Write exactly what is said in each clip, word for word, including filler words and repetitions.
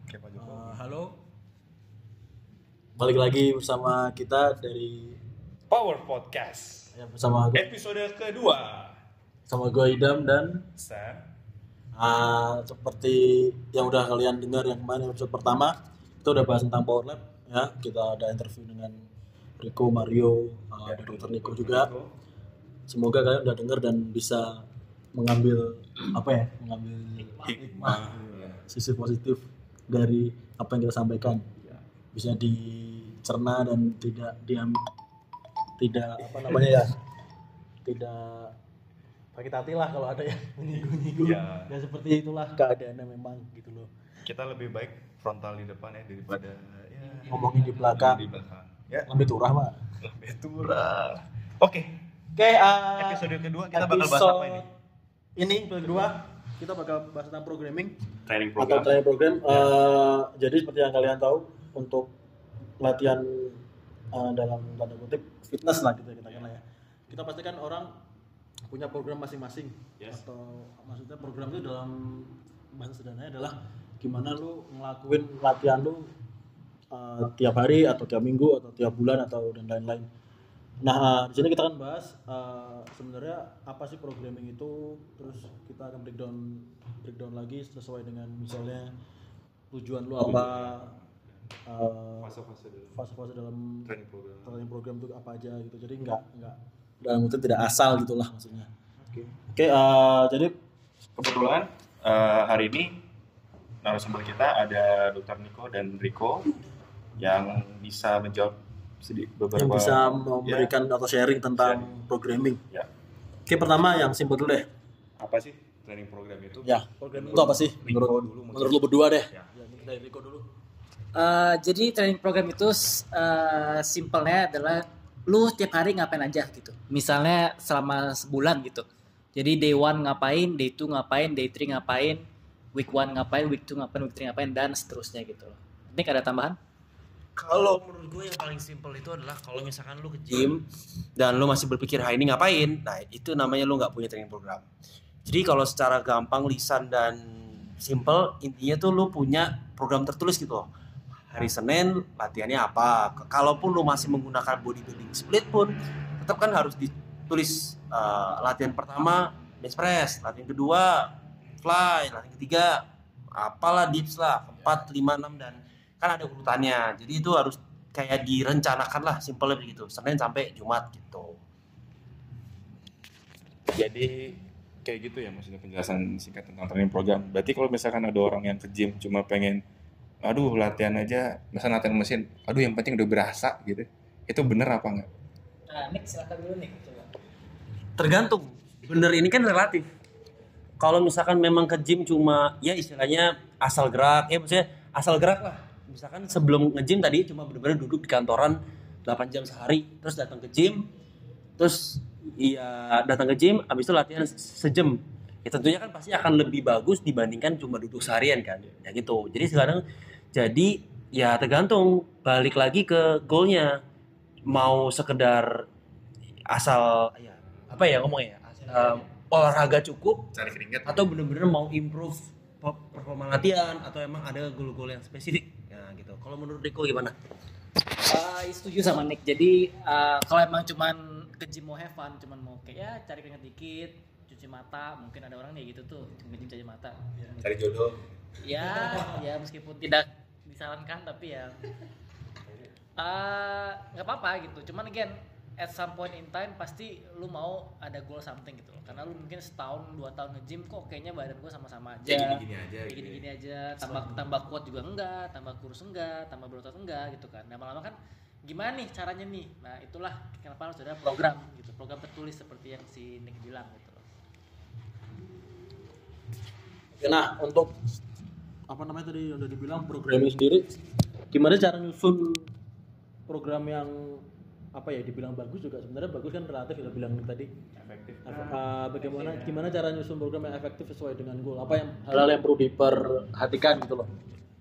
Oke, Pak Joko. Uh, halo, balik lagi bersama kita dari Power Podcast. ya, bersama gue, Episode kedua. sama gue Idam dan Sam. uh, seperti yang udah kalian dengar yang kemarin episode pertama, kita udah bahas tentang Power Lab ya. Kita ada interview dengan Rico, Mario, uh, ada Dokter Nico juga. Semoga kalian udah dengar dan bisa mengambil apa ya, mengambil hikmah, sisi positif dari apa yang kita sampaikan, bisa dicerna dan tidak diam tidak apa namanya ya tidak sakit hati lah kalau ada yang menyinggung-nyinggung Ya. ya seperti itulah keadaannya memang gitu loh. Kita lebih baik frontal di depan ya daripada ya, Ngomongin di belakang. Di belakang. Ya, Lebih turah mah. lebih turah. Oke. Oke, uh, Episode kedua kita bakal bahas apa ini? Ini episode kedua kita bakal bahas tentang programming Training atau program. training program. Uh, jadi seperti yang kalian tahu, untuk latihan uh, dalam tanda kutip fitness lah gitu ya kita katakan ya. Kita pasti kan orang punya program masing-masing. Yes. Atau maksudnya program itu dalam bahasa sederhananya adalah gimana lu ngelakuin latihan lu uh, tiap hari atau tiap minggu atau tiap bulan atau dan lain-lain. Nah, uh, di sini kita akan bahas uh, sebenarnya apa sih programming itu, terus kita akan breakdown breakdown lagi sesuai dengan misalnya tujuan lu apa, uh, Fase-fase dulu. fase-fase dalam Training program. training program itu apa aja gitu. Jadi enggak enggak dalam itu tidak asal gitulah maksudnya. Oke. Oke, uh, jadi Kebetulan eh, hari ini narasumber kita ada Dokter Nico dan Rico yang bisa menjawab sedikit beberapa yang bisa memberikan atau sharing tentang programming. Ya. Oke, pertama yang simpel dulu deh. Apa sih training program itu? Ya, programming itu apa sih? Menurut Rico dulu mungkin. menurut lu berdua deh. Ya. Ya, mungkin dari Rico dulu. Uh, jadi training program itu uh, simpelnya adalah lu tiap hari ngapain aja gitu. Misalnya selama sebulan gitu. Jadi day one ngapain, day two ngapain, day three ngapain, week one ngapain, week two ngapain, week three ngapain, dan seterusnya gitu loh. Ini ada tambahan? Kalau menurut gue yang paling simpel itu adalah kalau misalkan lu ke gym dan lu masih berpikir hari ini ngapain, nah itu namanya lu nggak punya training program. Jadi kalau secara gampang, lisan dan simple, intinya tuh lu punya program tertulis gitu loh. Hari Senin latihannya apa. Kalaupun lu masih menggunakan bodybuilding split pun tetap kan harus ditulis uh, latihan pertama bench press, latihan kedua fly, latihan ketiga apalah dips lah, empat, lima, enam dan kan ada urutannya. Jadi itu harus kayak direncanakan lah, simpelnya begitu. Senin sampai Jumat gitu. Jadi kayak gitu ya maksudnya penjelasan singkat tentang training program. Berarti kalau misalkan ada orang yang ke gym cuma pengen aduh latihan aja, misalnya latihan mesin, aduh yang penting udah berasa gitu. Itu bener apa enggak? Nah, Nick silakan dulu nih coba. Tergantung. Bener ini kan relatif. Kalau misalkan memang ke gym cuma ya istilahnya asal gerak, ya maksudnya asal gerak lah. Misalkan sebelum nge-gym tadi cuma bener-bener duduk di kantoran delapan jam sehari, terus datang ke gym, terus iya datang ke gym, habis itu latihan sejam. Ya tentunya kan pasti akan lebih bagus dibandingkan cuma duduk seharian kan. Ya gitu. Jadi sekarang jadi ya tergantung, balik lagi ke goalnya. Mau sekedar asal ya apa ya ngomongnya ya, um, olahraga cukup Cari keringat atau bener-bener mau improve performa latihan atau emang ada goal-goal yang spesifik ya gitu. Kalau menurut Rico gimana? Uh, setuju sama Nick. Jadi uh, kalau emang cuman ke gym mau have fun, cuman mau kayak ya cari keringat dikit, cuci mata, mungkin ada orang nih gitu tuh, cuma cuci mata. cari jodoh. Ya, ya meskipun tidak disarankan tapi ya nggak uh, apa-apa gitu. Cuman again at some point in time pasti lu mau ada goal something gitu loh. Karena lu mungkin setahun dua tahun nge-gym kok kayaknya badan gua sama-sama aja. Ya gini-gini aja. Ya gini-gini aja, tambah tambah kuat juga enggak, tambah kurus enggak, tambah berotot enggak gitu kan. Lama-lama kan gimana nih caranya nih? Nah, itulah kenapa harus ada program gitu. Program tertulis seperti yang si Nick bilang gitu loh. Oke, nah untuk apa namanya tadi udah dibilang programming sendiri, gimana cara nyusun program yang apa ya dibilang bagus juga sebenarnya bagus kan relatif ya bilang tadi Efektif. uh, bagaimana gimana cara nyusun program yang efektif sesuai dengan goal, apa yang hal-hal yang perlu diperhatikan gitu loh.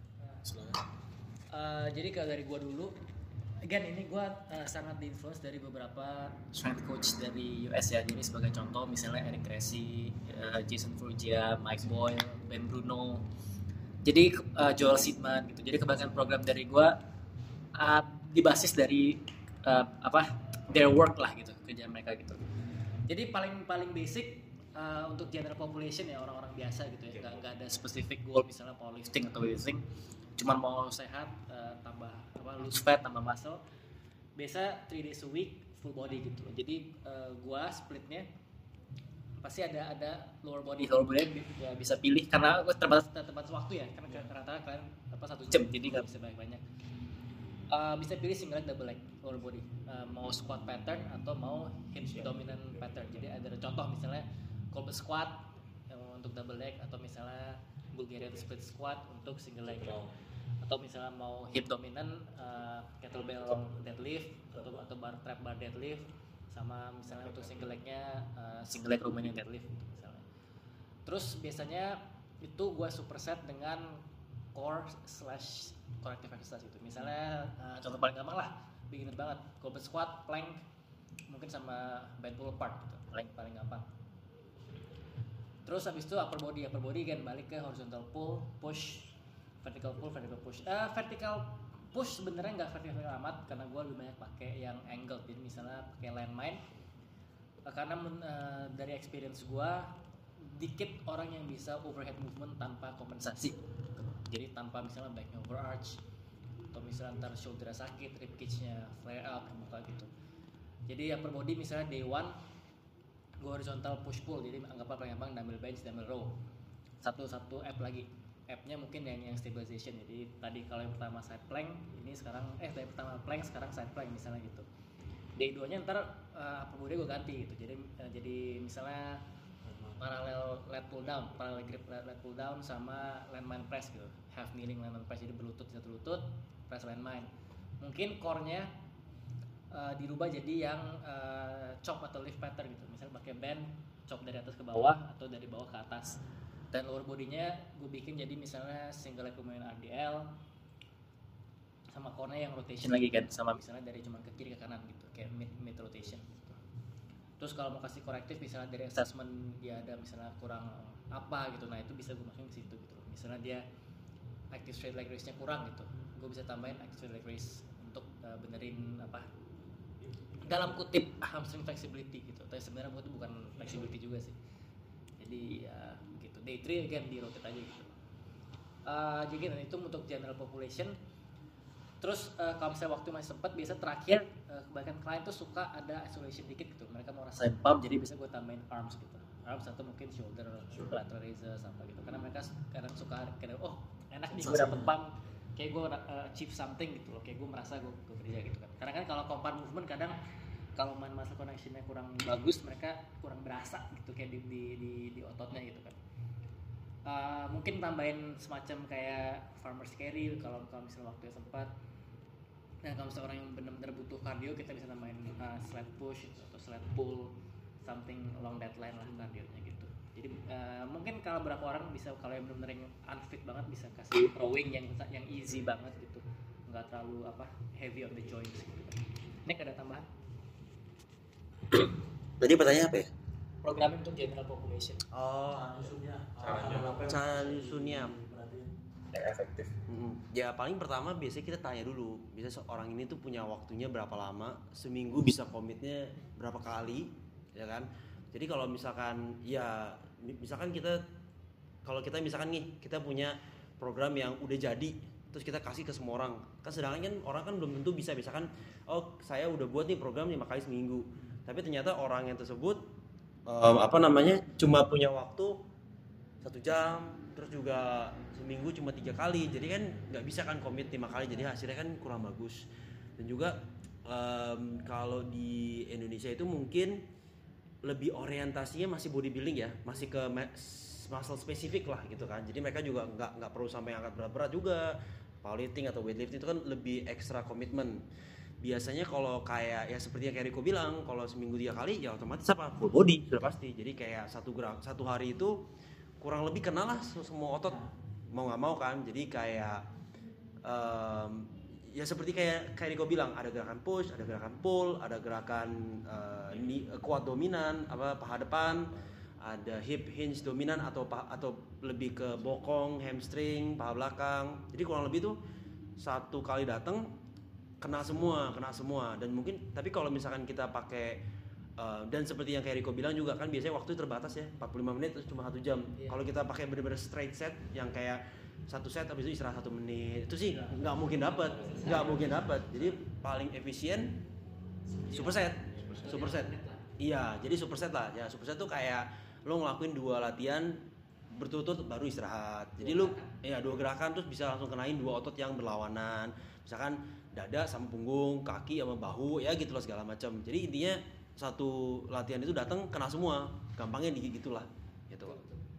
Uh, jadi kalau dari gua dulu, again ini gua uh, sangat diinfluence dari beberapa strength coach dari U S ya. Jadi sebagai contoh misalnya Eric Cressy, uh, Jason Ferruggia, Mike Boyle, Ben Bruno. Jadi uh, Joel Seedman gitu. Jadi kebanyakan program dari gue uh, dibasis dari uh, apa their work lah gitu, kerjaan mereka gitu. Jadi paling paling basic uh, untuk general population ya orang-orang biasa gitu ya, nggak nggak ada specific goal misalnya powerlifting atau weightlifting, cuman mau sehat, uh, tambah apa lose fat, tambah muscle. Biasa three days a week full body gitu. Jadi uh, gua splitnya pasti ada ada lower body lower body ya bisa pilih karena terbatas terbatas waktu ya, karena rata-rata kalian apa satu jam jadi nggak bisa banyak-banyak. Uh, bisa pilih single leg double leg lower body, uh, mau squat pattern atau mau hinge dominant pattern. Jadi ada contoh misalnya goblet squat uh, untuk double leg, atau misalnya Bulgarian split squat untuk single leg, atau misalnya mau hip dominant uh, kettlebell deadlift atau atau bar trap bar deadlift, sama misalnya untuk single legnya uh, single leg Romanian deadlift gitu misalnya. Terus biasanya itu gue superset dengan core slash corrective exercise gitu. Misalnya uh, contoh paling gampang lah, beginner banget, goblet squat, plank, mungkin sama bent pull apart gitu, paling paling gampang. Terus habis itu upper body, upper body kan balik ke horizontal pull, push, vertical pull, vertical push. Uh, vertical push sebenarnya nggak vertical amat karena gue lebih banyak pakai yang angle. Jadi misalnya pakai landmine, uh, karena men, uh, dari experience gue dikit orang yang bisa overhead movement tanpa kompensasi. Jadi tanpa misalnya backnya overarch, atau misalnya ntar shoulder sakit, rib cage-nya flare up, muka gitu. Jadi upper body misalnya day one gue horizontal push pull, jadi anggap apa gampang dumbbell bench, dumbbell row, satu-satu app lagi. App-nya mungkin yang yang stabilization. Jadi tadi kalau yang pertama side plank, ini sekarang eh dari pertama plank sekarang side plank misalnya gitu. Day dua nya ntar uh, upper body gue ganti gitu. Jadi uh, jadi misalnya parallel lat pull down, parallel grip lat, lat pull down sama landmine press gitu, half kneeling landmine press, jadi berlutut satu lutut press landmine. Mungkin core-nya uh, dirubah jadi yang uh, chop atau lift pattern gitu, misalnya pakai band chop dari atas ke bawah atau dari bawah ke atas. Dan lower body-nya gue bikin jadi misalnya single leg Romanian R D L, sama core-nya yang rotation lagi kan, sama misalnya dari cuman ke kiri ke kanan gitu, kayak mid mid rotation. Terus kalau mau kasih korektif misalnya dari assessment dia ada misalnya kurang apa gitu, nah itu bisa gue masukin ke situ gitu. Misalnya dia active straight leg raise-nya kurang gitu, gue bisa tambahin active straight leg raise untuk uh, benerin apa dalam kutip hamstring flexibility gitu. Tapi sebenarnya gue itu bukan flexibility juga sih. Jadi ya gitu. Day three again di rotate aja gitu. Uh, jadi dan itu untuk general population. Terus uh, kalau misalnya waktu masih sempat, biasa terakhir uh, kebanyakan klien tuh suka ada isolation dikit gitu. Mereka mau rasain pump, jadi bisa gue tambahin arms gitu. Arms atau mungkin shoulder, lateral raises apa gitu. Karena mereka kadang suka kadang oh enak nih gue dapet pump, kayak gue uh, achieve something gitu loh. Kayak gue merasa gue, gue kerja gitu kan. Karena kan kalau compound movement kadang kalau main muscle connectionnya kurang bagus, mereka kurang berasa gitu kayak di di di, di ototnya gitu kan. Uh, mungkin tambahin semacam kayak farmer's carry kalau kalau misalnya waktunya sempat. Nah kalau misalnya orang yang benar-benar butuh cardio, kita bisa tambahin uh, sled push atau sled pull, something along that line lah cardionya gitu. Jadi uh, mungkin kalau beberapa orang bisa, kalau yang benar-benar yang unfit banget bisa kasih rowing yang yang easy banget gitu, nggak terlalu apa heavy on the joints gitu kan. Nek ada tambahan? Tadi pertanyaan apa ya? Programming untuk general population. Oh, cara nyusunnya yang efektif. Mm-hmm. Ya paling pertama biasanya kita tanya dulu, biasanya orang ini tuh punya waktunya berapa lama, seminggu bisa komitnya berapa kali, ya kan? Jadi kalau misalkan ya misalkan kita kalau kita misalkan nih kita punya program yang udah jadi, terus kita kasih ke semua orang, kan sedangkan kan orang kan belum tentu bisa, misalkan oh saya udah buat nih program lima kali seminggu, tapi ternyata orang yang tersebut um, apa namanya cuma punya waktu satu jam, terus juga seminggu cuma tiga kali, jadi kan nggak bisa kan komit lima kali, jadi hasilnya kan kurang bagus. Dan juga um, kalau di Indonesia itu mungkin lebih orientasinya masih bodybuilding ya, masih ke muscle spesifik lah gitu kan, jadi mereka juga nggak nggak perlu sampai angkat berat-berat juga. Powerlifting atau weightlifting itu kan lebih ekstra komitmen. Biasanya kalau kayak ya seperti yang Rico bilang, kalau seminggu tiga kali ya otomatis apa full body sudah pasti. Jadi kayak satu gram satu hari itu kurang lebih kenal lah semua otot, mau nggak mau kan. Jadi kayak um, ya seperti kayak kayak Rico bilang, ada gerakan push, ada gerakan pull, ada gerakan uh, ni, kuat dominan, apa paha depan, ada hip hinge dominan atau pa- atau lebih ke bokong, hamstring, paha belakang. Jadi kurang lebih tuh satu kali datang kena semua, kena semua. Dan mungkin tapi kalau misalkan kita pakai uh, dan seperti yang kayak Rico bilang juga kan biasanya waktu terbatas ya, empat puluh lima menit terus cuma satu jam. Iya. Kalau kita pakai bener-bener straight set yang kayak satu set habis itu istirahat satu menit, itu sih nggak mungkin dapat, nggak mungkin dapat. Jadi paling efisien superset, superset. Iya, jadi superset lah. Ya superset tuh kayak lo ngelakuin dua latihan berturut-turut baru istirahat. Jadi lu ya dua gerakan terus bisa langsung kenain dua otot yang berlawanan. Misalkan dada sama punggung, kaki sama bahu, ya gitu loh segala macam. Jadi intinya satu latihan itu datang kena semua. Gampangnya gitulah. Gitu.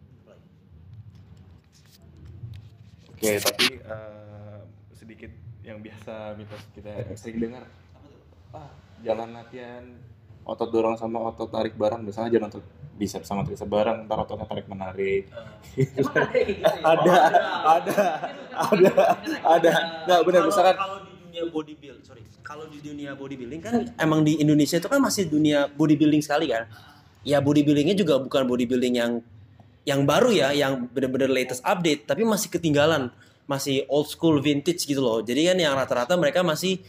Oke, tapi eh, sedikit yang biasa mitos kita sering dengar. Ah, jalan latihan otot dorong sama otot tarik bareng, misalnya jalan otot bicep sama tricep bareng, ntar ototnya tarik menarik. Emang ada kayak gitu ya? ada, ada, ada, ada. Nggak benar, Kalau- misalkan kalau di dunia bodybuilding, sorry, kalau di dunia bodybuilding kan emang di Indonesia itu kan masih dunia bodybuilding sekali kan. Ya bodybuildingnya juga bukan bodybuilding yang yang baru ya, yang benar-benar latest update, tapi masih ketinggalan, masih old school vintage gitu loh. Jadi kan yang rata-rata mereka masih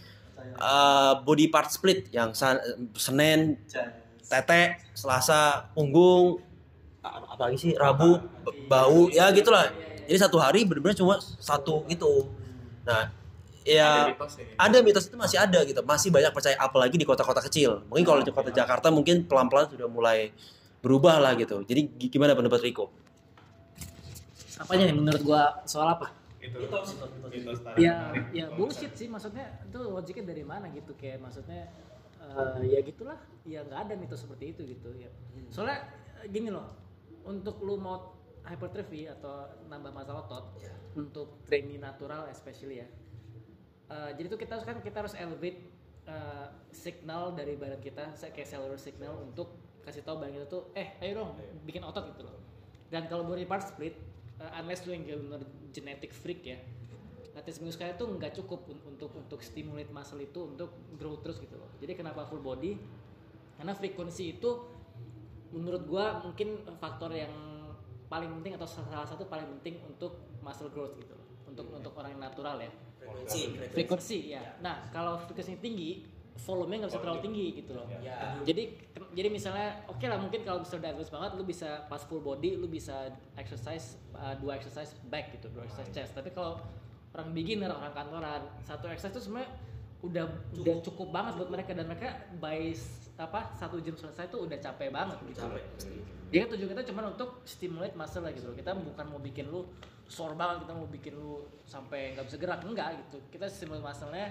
uh, body part split, yang san- Senin tete, Selasa punggung, a- apa lagi sih, Rabu b- bau, ya gitulah. Jadi satu hari benar-benar cuma satu gitu. Nah, ya ada mitos itu masih ada gitu, masih banyak percaya, apalagi di kota-kota kecil. Mungkin kalau di kota Jakarta mungkin pelan-pelan sudah mulai berubah lah gitu. Jadi g- gimana pendapat Rico? Apanya nih menurut gua soal apa? itu mitos tarik Ya, menarik. ya bullshit sih, maksudnya itu logiknya dari mana gitu, kayak maksudnya eh, ya gitulah, ya nggak ada mitos seperti itu gitu ya. Soalnya eh, gini loh, untuk lu mau hypertrophy atau nambah massa otot, untuk training natural especially ya. Eh, jadi tuh kita kan kita harus elevate eh, signal dari badan kita, kayak cellular signal untuk kasih tahu badan kita tuh, eh ayo dong bikin otot gitu loh. Dan kalau body part split, uh, unless lu yang benar genetic freak ya, latihan seminggu sekali itu nggak cukup un- untuk untuk stimulate muscle itu untuk grow terus gitu loh. Jadi kenapa full body? Karena frekuensi itu menurut gua mungkin faktor yang paling penting atau salah satu paling penting untuk muscle growth gitu loh. Untuk untuk orang yang natural ya. Frekuensi ya. Nah kalau frekuensi tinggi, volumenya nggak bisa terlalu tinggi gitu loh. Jadi jadi misalnya oke lah, mungkin kalau misalnya udah advance banget lu bisa pas full body lu bisa exercise uh, dua exercise back gitu, dua exercise chest. Tapi kalau orang beginner, orang kantoran, satu exercise itu sebenarnya udah udah cukup banget buat mereka, dan mereka by s- apa satu jam selesai tuh udah capek banget gitu. Jadi kan tujuan kita cuma untuk stimulate muscle lah gitu. Kita bukan mau bikin lu sore banget, kita mau bikin lu sampai nggak bisa gerak, enggak gitu. Kita stimulate muscle-nya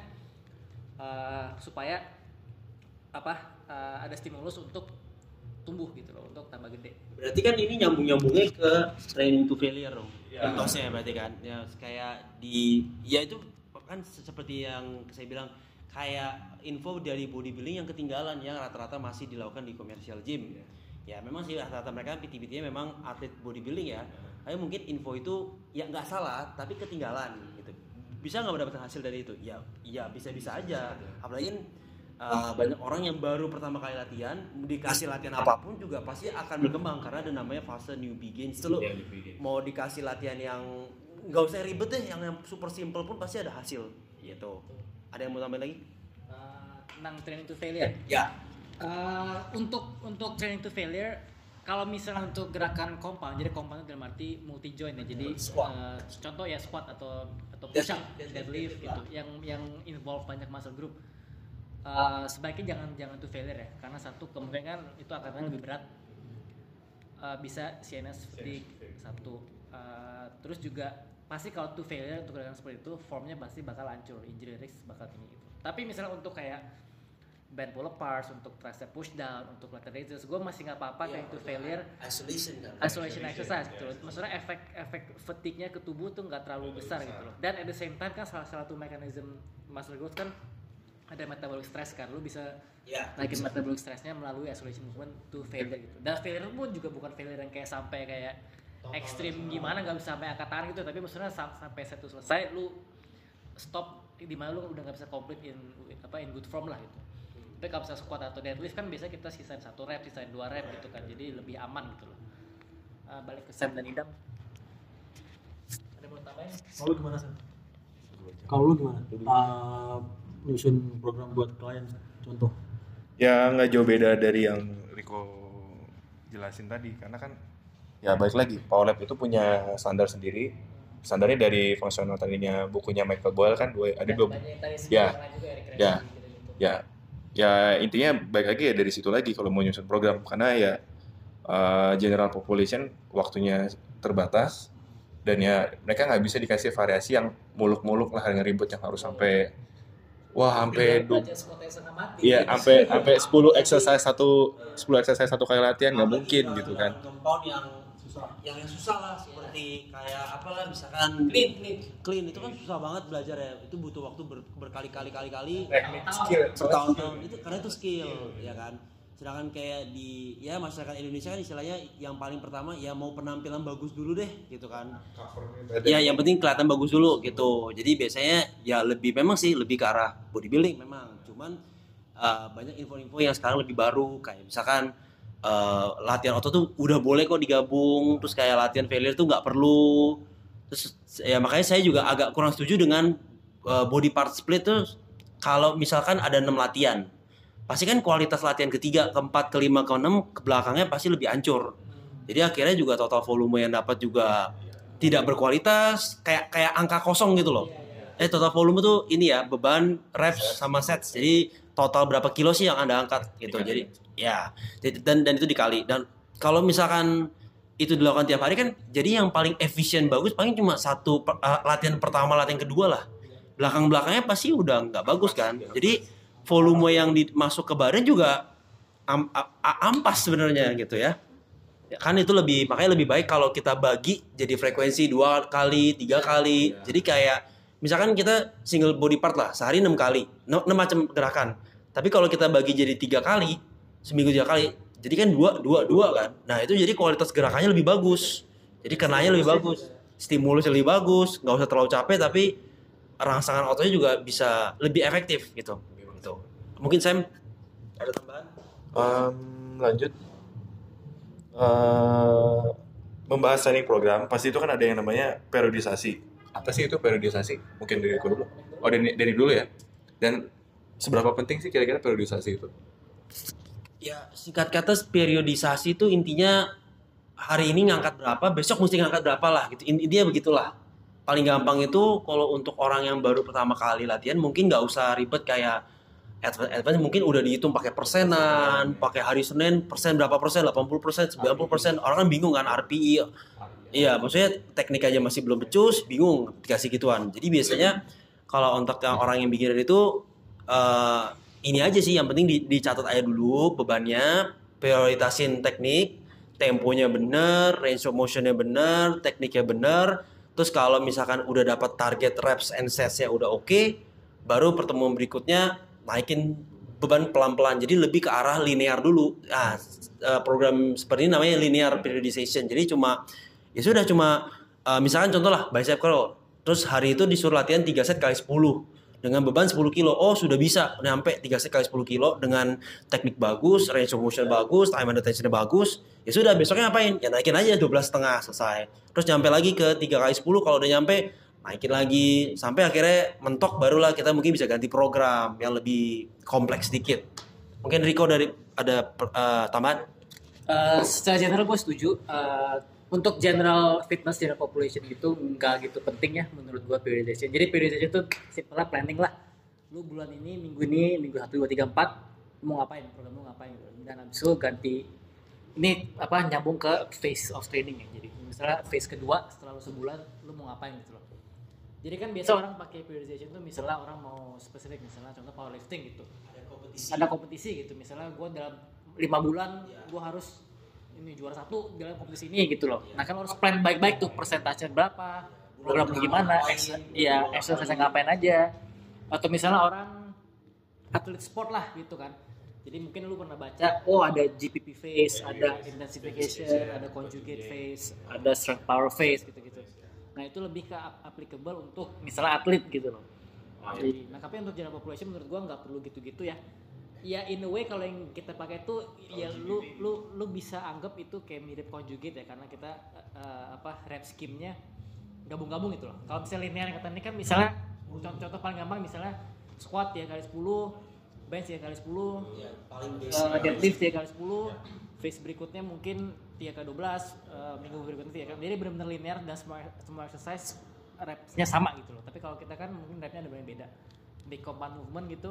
uh, supaya apa uh, ada stimulus untuk tumbuh gitu loh, untuk tambah gede. Berarti kan ini nyambung-nyambungnya ke training to failure dong. Ya. Mitosnya berarti kan. Ya kayak di ya itu kan seperti yang saya bilang, kayak info dari bodybuilding yang ketinggalan, yang rata-rata masih dilakukan di commercial gym. Ya memang sih rata-rata mereka P T-P T-nya memang atlet bodybuilding ya. Tapi mungkin info itu ya nggak salah, tapi ketinggalan gitu. Bisa nggak mendapatkan hasil dari itu? Ya, ya bisa-bisa aja. Apalagi kan, uh, banyak orang yang baru pertama kali latihan, dikasih latihan apapun juga pasti akan berkembang, karena ada namanya fase new begins. Itu lo mau dikasih latihan yang nggak usah ribet deh, yang, yang super simple pun pasti ada hasil. Gitu. Ada yang mau tambahin lagi? Uh, tentang training to failure. Ya. Uh, untuk untuk training to failure, kalau misalnya untuk gerakan compound, jadi compound itu dalam arti multi joint ya. Jadi Squat. uh, contoh ya squat atau atau push up, Deadlift. deadlift gitu, yang yang involve banyak muscle group. Uh, sebaiknya jangan jangan to failure ya, karena satu kemungkinan itu akan lebih berat. Uh, bisa C N S fatigue satu. Uh, terus juga pasti kalau to failure untuk gerakan seperti itu, formnya pasti bakal hancur, injury risk bakal tinggi gitu. Tapi misalnya untuk kayak band pull apart, untuk tricep push down, untuk lateral raises, gue masih nggak apa-apa kayak to failure. Isolation kan. Isolation exercise gitu loh. Maksudnya efek efek fatigue-nya ke tubuh tuh nggak terlalu besar gitu loh. Dan at the same time kan salah satu mekanisme muscle growth kan ada metabolic stress kan. Lu bisa Ya. naikin metabolic stressnya melalui isolation movement to failure gitu. Dan failure pun juga bukan failure yang kayak sampai kayak ekstrim gimana, nggak bisa sampai angkat tangan gitu. Tapi maksudnya sam- sampai set itu selesai lu stop di mana lu udah nggak bisa complete in apa in good form lah gitu. Tapi kalau misalnya squat atau deadlift kan biasanya kita sisain satu rep, sisain dua rep gitu kan, jadi lebih aman gitu loh. uh, balik ke Sam dan Idam. Ada yang mau tambahin? Kalau lu gimana Sam? Kalau lu gimana? Uh, nyusun program buat klien contoh. Ya nggak jauh beda dari yang Rico jelasin tadi, karena kan ya balik lagi Power Lab itu punya standar sendiri. Standarnya dari fungsional tadinya bukunya Michael Boyle kan dua ada dua ya ya ya ya intinya balik lagi ya dari situ lagi kalau mau nyusun program, karena ya uh, general population waktunya terbatas dan ya mereka nggak bisa dikasih variasi yang muluk-muluk lah yang ribet yang harus sampai wah sampai iya sampai sampai sepuluh exercise satu sepuluh exercise satu kali latihan nggak mungkin gitu kan. Compound yang susah, yang yang susah lah seperti kayak apalah misalkan clean, clean, clean itu kan susah banget belajar ya, itu butuh waktu ber, berkali-kali kali-kali, bertahun-tahun itu karena itu skill ya kan. Sedangkan kayak di ya masyarakat Indonesia kan istilahnya yang paling pertama ya mau penampilan bagus dulu deh gitu kan. Ya yang penting kelihatan bagus dulu gitu. Jadi biasanya ya lebih memang sih lebih ke arah bodybuilding memang. Cuman uh, banyak info-info yang sekarang lebih baru kayak misalkan uh, latihan otot tuh udah boleh kok digabung, terus kayak latihan failure tuh nggak perlu. Terus ya makanya saya juga agak kurang setuju dengan uh, body part split tuh kalau misalkan ada enam latihan. Pasti kan kualitas latihan ketiga, keempat, kelima, keenam ke belakangnya pasti lebih hancur. Jadi akhirnya juga total volume yang dapat juga tidak berkualitas, kayak kayak angka kosong gitu loh. Eh total volume tuh ini ya beban, reps sama sets. Jadi total berapa kilo sih yang Anda angkat gitu. Jadi ya dan dan itu dikali. Dan kalau misalkan itu dilakukan tiap hari kan jadi yang paling efisien bagus paling cuma satu uh, latihan pertama, latihan kedua lah. Belakang-belakangnya pasti udah nggak bagus kan. Jadi volume yang dimasuk ke badan juga am, am, ampas sebenarnya gitu ya. Ya kan itu lebih makanya lebih baik kalau kita bagi jadi frekuensi dua kali, tiga kali. Ya. Jadi kayak misalkan kita single body part lah sehari enam kali, enam macam gerakan. Tapi kalau kita bagi jadi tiga kali, seminggu tiga kali, jadi kan dua dua dua kan. Nah itu jadi kualitas gerakannya lebih bagus. Jadi kenanya lebih bagus, stimulusnya lebih bagus, nggak usah terlalu capek tapi rangsangan ototnya juga bisa lebih efektif gitu. Gitu. Mungkin Sam ada tambahan? Um, lanjut uh, membahas training program pasti itu kan ada yang namanya periodisasi. Apa sih itu periodisasi? Mungkin dari aku dulu. Oh dari, dari dulu ya. Dan seberapa penting sih kira-kira periodisasi itu? Ya singkat kata periodisasi itu intinya hari ini ngangkat berapa, besok mesti ngangkat berapa lah gitu. Intinya begitulah. Paling gampang itu kalau untuk orang yang baru pertama kali latihan mungkin nggak usah ribet kayak advance, advance mungkin udah dihitung pakai persenan, pakai hari Senin persen berapa persen, delapan puluh persen, sembilan puluh persen. Orang kan bingung kan R P I. Iya, maksudnya teknik aja masih belum becus, bingung dikasih gituan. Jadi biasanya kalau untuk yang orang yang beginner itu uh, ini aja sih yang penting di, dicatat aja dulu bebannya, prioritasin teknik, temponya bener, range of motionnya bener, tekniknya bener. Terus kalau misalkan udah dapat target reps and sets-nya udah oke, okay, baru pertemuan berikutnya naikin beban pelan-pelan. Jadi lebih ke arah linear dulu. Nah, program seperti ini namanya linear periodization. Jadi cuma ya sudah cuma uh, misalkan contoh lah bicep curl. Terus hari itu disuruh latihan tiga set kali sepuluh dengan beban sepuluh kilo. Oh, sudah bisa nyampe tiga set kali sepuluh kilo dengan teknik bagus, range of motion bagus, time and attention bagus. Ya sudah besoknya ngapain? Ya naikin aja dua belas setengah selesai. Terus nyampe lagi ke tiga kali sepuluh kalau udah nyampe naikin lagi sampai akhirnya mentok, barulah kita mungkin bisa ganti program yang lebih kompleks sedikit. Mungkin Rico dari ada uh, tambahan? Uh, secara general gue setuju. Uh, untuk general fitness general population itu nggak gitu penting ya menurut gue periodization. Jadi periodization itu simpelnya planning lah. Lu bulan ini, minggu ini, minggu satu, dua, tiga, empat mau ngapain, program lu ngapain gitu. Dan abis itu ganti ini apa nyambung ke phase of training ya. Jadi misalnya phase kedua setelah lu sebulan lu mau ngapain gitu loh. Jadi kan biasa orang pakai periodization tuh misalnya orang mau spesifik, misalnya contoh powerlifting gitu. Ada kompetisi. Ada kompetisi gitu. Misalnya gue dalam lima bulan ya, gue harus ini juara satu dalam kompetisi ini gitu loh. Ya. Nah kan harus plan baik-baik tuh persentase berapa, program gimana, ya exercise ngapain aja. Atau misalnya orang atlet sport lah gitu kan. Jadi mungkin lu pernah baca, oh ada G P P phase, ada intensification, ada conjugate phase, ada strength power phase gitu-gitu. Nah itu lebih ke applicable untuk misalnya atlet gitu loh. Jadi, nah tapi untuk general population menurut gua nggak perlu gitu-gitu ya. Ya in a way kalau yang kita pakai itu ya lu lu lu bisa anggap itu kayak mirip conjugate ya karena kita uh, apa rep scheme-nya gabung-gabung gitu loh. Kalau misalnya linear yang kata ini kan misalnya contoh, contoh paling gampang misalnya squat ya kali sepuluh, bench ya kali sepuluh, Ya, paling uh, deadlift ya kali sepuluh, phase berikutnya mungkin tiga kali dua belas, uh, minggu berikutnya tiga kali. Jadi benar-benar linear dan semua semua exercise reps-nya sama gitu loh. Tapi kalau kita kan mungkin repnya ada yang beda. Big compound movement gitu.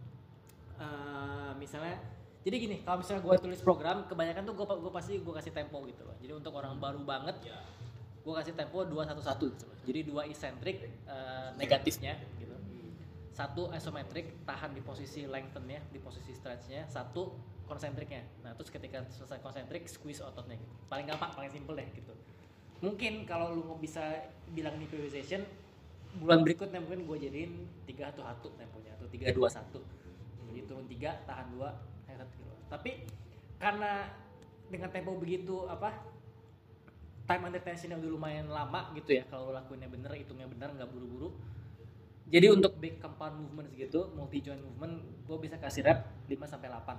Uh, misalnya jadi gini kalau misalnya gue tulis program kebanyakan tuh gue gue pasti gue kasih tempo gitu loh jadi untuk orang baru banget gue kasih tempo dua satu satu gitu loh jadi dua eccentric uh, negatifnya gitu satu isometric tahan di posisi lengthennya di posisi stretchnya satu konsentriknya nah terus ketika selesai konsentrik squeeze ototnya gitu. Paling gampang paling simple deh gitu mungkin kalau lu bisa bilang ini periodization bulan berikutnya mungkin gue jadiin tiga satu satu temponya atau tiga dua satu jadi turun tiga tahan dua gitu. Tapi karena dengan tempo begitu apa time under tensionnya udah lumayan lama gitu ya kalau lakuinnya bener hitungnya bener nggak buru-buru jadi untuk big compound movement gitu multi joint movement gue bisa kasih rep lima sampai delapan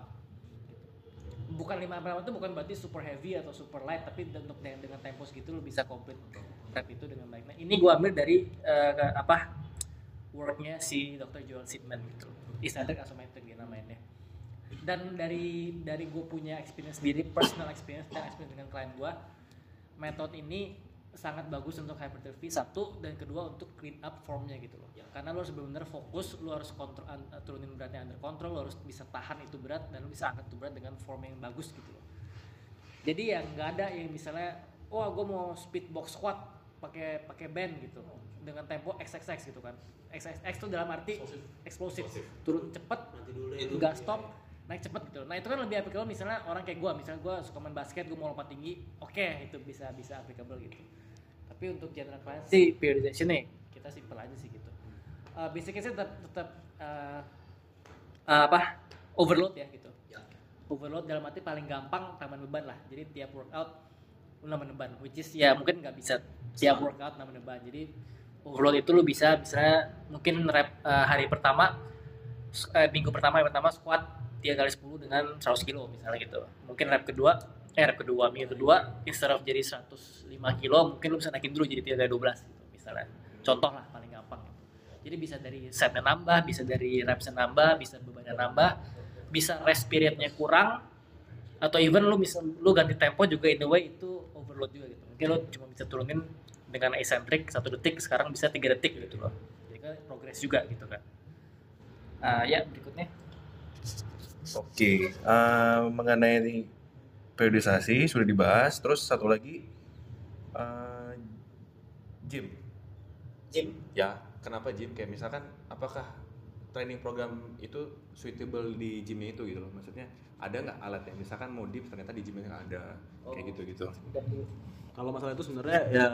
bukan lima sampai delapan itu bukan berarti super heavy atau super light tapi untuk dengan, dengan tempo segitu lo bisa complete rep itu dengan baik. Nah ini gue ambil dari uh, apa worknya si dokter Joel Sidman gitu eccentric isometric dia namanya dan dari dari gue punya experience sendiri personal experience dan experience dengan klien gue metode ini sangat bagus untuk hypertrophy satu dan kedua untuk clean up formnya gitu loh karena lo harus benar-benar fokus lo harus kontrol uh, turunin beratnya under control lo harus bisa tahan itu berat dan lo bisa angkat itu berat dengan form yang bagus gitu loh jadi yang nggak ada yang misalnya oh gue mau speed box squat pakai pakai band gitu dengan tempo X X X gitu kan X X X itu dalam arti eksplosif turun cepet nggak stop naik cepet gitu nah itu kan lebih applicable misalnya orang kayak gue misalnya gue suka main basket gue mau lompat tinggi oke okay, itu bisa bisa applicable gitu tapi untuk general klien sih periodization nih kita simple aja sih gitu uh, basicnya sih tetap tetap uh, uh, apa overload ya gitu overload dalam arti paling gampang tambahan beban lah jadi tiap workout lu nambah beban which is ya mungkin nggak bisa tiap workout nambah beban jadi overload itu lu bisa bisa mungkin rep uh, hari pertama uh, minggu pertama hari pertama squat tiga kali sepuluh dengan seratus kilo misalnya gitu mungkin rep kedua eh rep kedua minggu kedua instead of jadi seratus lima kilo mungkin lu bisa naikin dulu jadi tiga kali dua belas gitu misalnya contoh lah paling gampang gitu. Jadi bisa dari setnya nambah bisa dari repsnya nambah bisa bebannya nambah bisa rest periodnya kurang atau even lu bisa lu ganti tempo juga in the way itu overload juga gitu mungkin lu cuma bisa turunin dengan eccentric satu detik sekarang bisa tiga detik gitu loh jadi kan progres juga gitu kan uh, ya berikutnya Oke, uh, mengenai periodisasi sudah dibahas. Terus satu lagi, uh, gym. gym Ya, kenapa gym? Kayak misalkan, apakah training program itu suitable di gymnya itu gitu loh? Maksudnya ada nggak alatnya? Misalkan mau dips ternyata di gymnya nggak ada, Oh. kayak gitu-gitu. Kalau masalah itu sebenarnya ya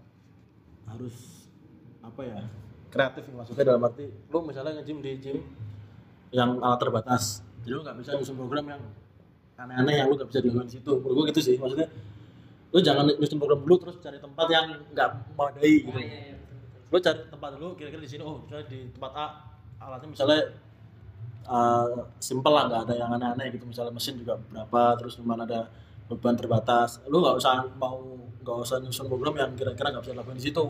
harus apa ya kreatif maksudnya dalam arti lu misalnya nge-gym di gym yang alat terbatas jadi lu nggak bisa nyusun program yang aneh-aneh yang lu nggak bisa dilakukan di situ menurut gua gitu sih maksudnya lu jangan nyusun program dulu terus cari tempat yang nggak memadai gitu oh, iya, iya. lu cari tempat dulu kira-kira di sini oh misalnya di tempat A alatnya misalnya uh, simple lah nggak ada yang aneh-aneh gitu misalnya mesin juga berapa terus cuma ada beban terbatas lu nggak usah mau nggak usah nyusun program yang kira-kira nggak bisa dilakukan di situ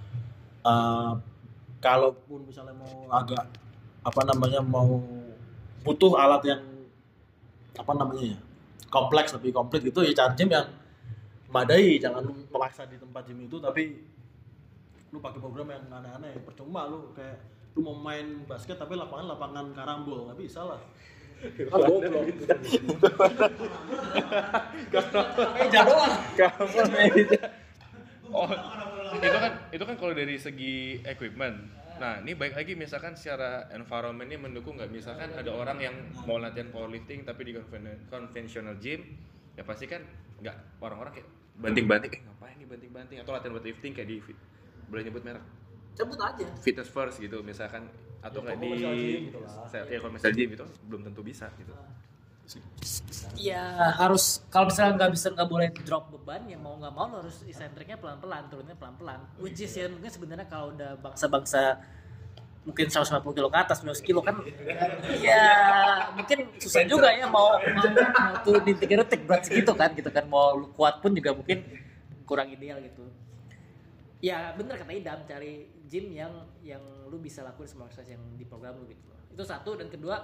uh, kalaupun misalnya mau agak apa namanya mau butuh alat yang apa namanya ya kompleks lebih komplit gitu ya cari gym yang memadai jangan lu memaksa di tempat gym itu tapi lu pakai program yang aneh-aneh percuma lu kayak lu mau main basket tapi lapangan lapangan karambol nggak bisa lah kan goblok meja doang Karambol meja. Oh, itu kan itu kan kalau dari segi equipment. Nah, ini baik lagi misalkan secara environment-nya mendukung nggak? Misalkan ada orang yang mau latihan powerlifting tapi di conven- conventional gym, ya pasti kan nggak orang-orang kayak banting-banting, eh ngapain nih banting-banting atau latihan weightlifting kayak di fit- boleh nyebut merek? cabut aja Fitness First gitu misalkan atau Ya, nggak di commercial gym gitu lah. ya commercial gym itu belum tentu bisa gitu. ya harus kalau misalnya nggak bisa nggak boleh drop beban ya mau nggak mau lo harus eccentricnya pelan-pelan turunnya pelan-pelan which is ya mungkin sebenarnya kalau udah bangsa-bangsa mungkin seratus lima puluh kilo ke atas, seratus kilo kan ya mungkin susah juga ya mau mau, mau turunin tiga detik berat segitu kan gitu kan, mau lu kuat pun juga mungkin kurang ideal gitu. Ya bener kata Idam, cari gym yang yang lu bisa lakuin semua exercise yang di program lu gitu. Itu satu, dan kedua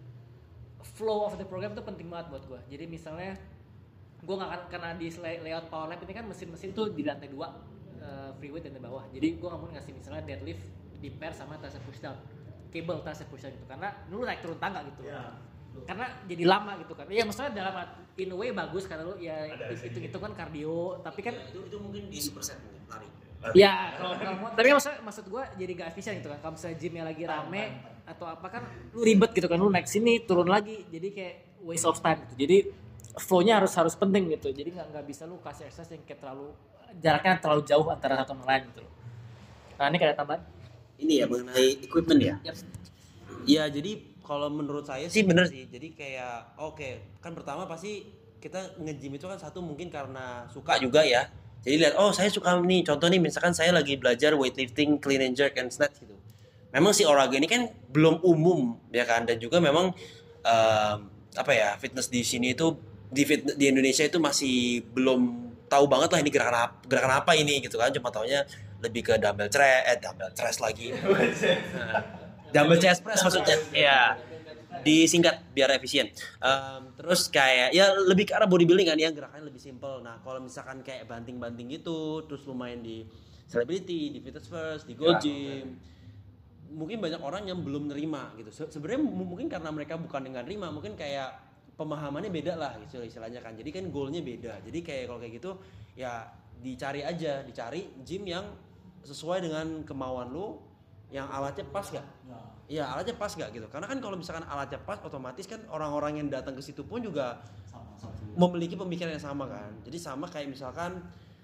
flow of the program itu penting banget buat gue. Jadi misalnya gue nggak akan, karena di layout power lab ini kan mesin-mesin tuh di lantai dua, uh, free weight dan di bawah. Jadi gue nggak mau ngasih misalnya deadlift di pair sama tricep push down, cable tricep push down gitu, karena lu naik turun tangga gitu. Yeah. Karena jadi lama gitu kan. Ya maksudnya dalam in a way bagus karena lu ya itu itu kan kardio, tapi kan ya, itu itu mungkin di superset mungkin lari. Ya, kalau kalau tapi maksud maksud gue jadi gak efisien gitu kan. Kalau misalnya gymnya lagi rame atau apa kan lu ribet gitu kan, lu naik sini turun lagi, jadi kayak waste of time gitu. Jadi flow-nya harus harus penting gitu. Jadi nggak nggak bisa lu kasih exercise yang kayak terlalu jaraknya terlalu jauh antara satu sama lain gitu loh. Nah ini kayak tambahan. Ini ya mengenai equipment ya. Yep. Ya jadi kalau menurut saya sih bener sih. Jadi kayak oke okay, kan pertama pasti kita nge-gym itu kan satu mungkin karena suka juga ya. Jadi lihat, oh saya suka nih, contoh nih misalkan saya lagi belajar weightlifting, clean and jerk and snatch gitu. Memang si olahraga ini kan belum umum ya kan, dan juga memang um, apa ya, fitness di sini itu di fit, di Indonesia itu masih belum tahu banget lah ini gerakan apa, gerakan apa ini gitu kan, cuma taunya lebih ke dumbbell press, eh dumbbell press lagi. Dumbbell chest press maksudnya. Iya. Disingkat biar efisien. Um, terus kayak ya lebih ke arah bodybuilding kan, yang gerakannya lebih simple. Nah kalau misalkan kayak banting-banting gitu, terus lu main di Celebrity, di Fitness First, di Gold Gym, mungkin banyak orang yang belum nerima gitu. Se- Sebenarnya m- mungkin karena mereka bukan dengan nerima, mungkin kayak pemahamannya beda lah gitu istilahnya kan. Jadi kan goalnya beda. Jadi kayak kalau kayak gitu ya dicari aja, dicari gym yang sesuai dengan kemauan lu, yang alatnya pas gak? Iya alatnya pas gak gitu. Karena kan kalau misalkan alatnya pas, otomatis kan orang-orang yang datang ke situ pun juga sama, sama, memiliki pemikiran yang sama kan. Jadi sama kayak misalkan,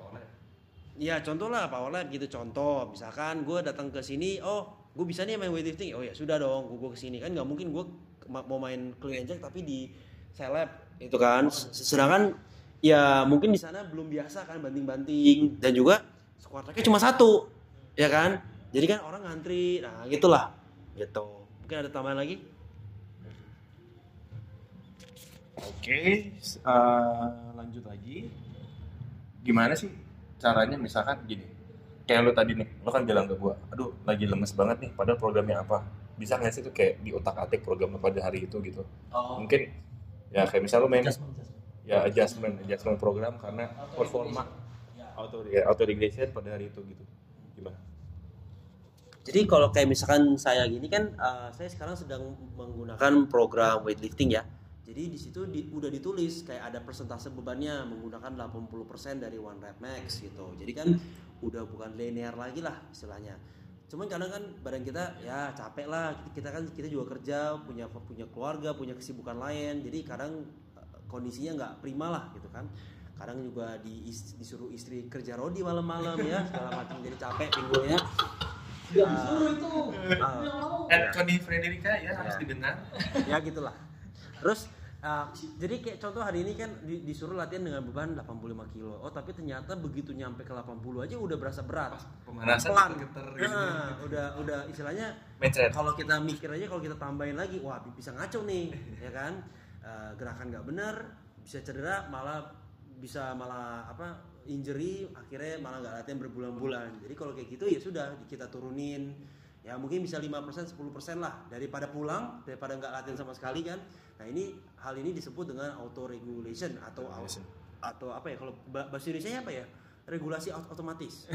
ya contoh lah power lab gitu. Contoh misalkan gue datang ke sini, oh gue bisa nih main weightlifting. Oh ya sudah dong, gue ke sini kan nggak mungkin gue mau main clean and jerk tapi di seleb itu kan. Sedangkan ya mungkin di sana belum biasa kan banting-banting, dan juga squat racknya cuma satu, ya kan. Jadi kan orang ngantri, nah gitulah. Gitu. Mungkin ada tambahan lagi? Oke, uh, lanjut lagi. Gimana sih caranya misalkan gini? Kayak lo tadi nih, lo kan bilang ke gua, aduh lagi lemes banget nih, padahal programnya apa? Bisa nggak sih tuh kayak di otak-atik program lo pada hari itu gitu? Oh. Mungkin ya kayak misal lo main adjustment, ya adjustment, adjustment program karena performa auto auto regulation pada hari itu gitu. Gimana? Jadi kalau kayak misalkan saya gini kan, uh, saya sekarang sedang menggunakan program weightlifting ya. Jadi di situ di, udah ditulis kayak ada persentase bebannya menggunakan delapan puluh persen dari one rep max gitu. Jadi kan udah bukan linear lagi lah istilahnya. Cuman kadang kan badan kita ya capek lah. Kita kan kita juga kerja, punya punya keluarga, punya kesibukan lain. Jadi kadang uh, kondisinya nggak prima lah gitu kan. Kadang juga di, disuruh istri kerja rodi malam-malam ya, segala macam, jadi capek pinggulnya. Gak disuruh itu. Uh, At Connie Frederica ya, ya harus didengar. Ya gitulah. Terus uh, jadi kayak contoh hari ini kan di, disuruh latihan dengan beban delapan puluh lima kilo. Oh tapi ternyata begitu nyampe ke delapan puluh aja udah berasa berat. Pemanasan pelan geter gitu. Nah, udah udah istilahnya kalau kita mikir aja, kalau kita tambahin lagi, wah bisa ngaco nih, ya kan? Uh, gerakan nggak benar, bisa cedera, malah bisa malah apa? injury, akhirnya malah nggak latihan berbulan-bulan. Jadi kalau kayak gitu ya sudah kita turunin, ya mungkin bisa lima persen sepuluh persen lah daripada pulang, daripada nggak latihan sama sekali kan. Nah ini hal ini disebut dengan auto regulation atau auto, atau apa ya, kalau bahasa Indonesia apa ya, regulasi otomatis.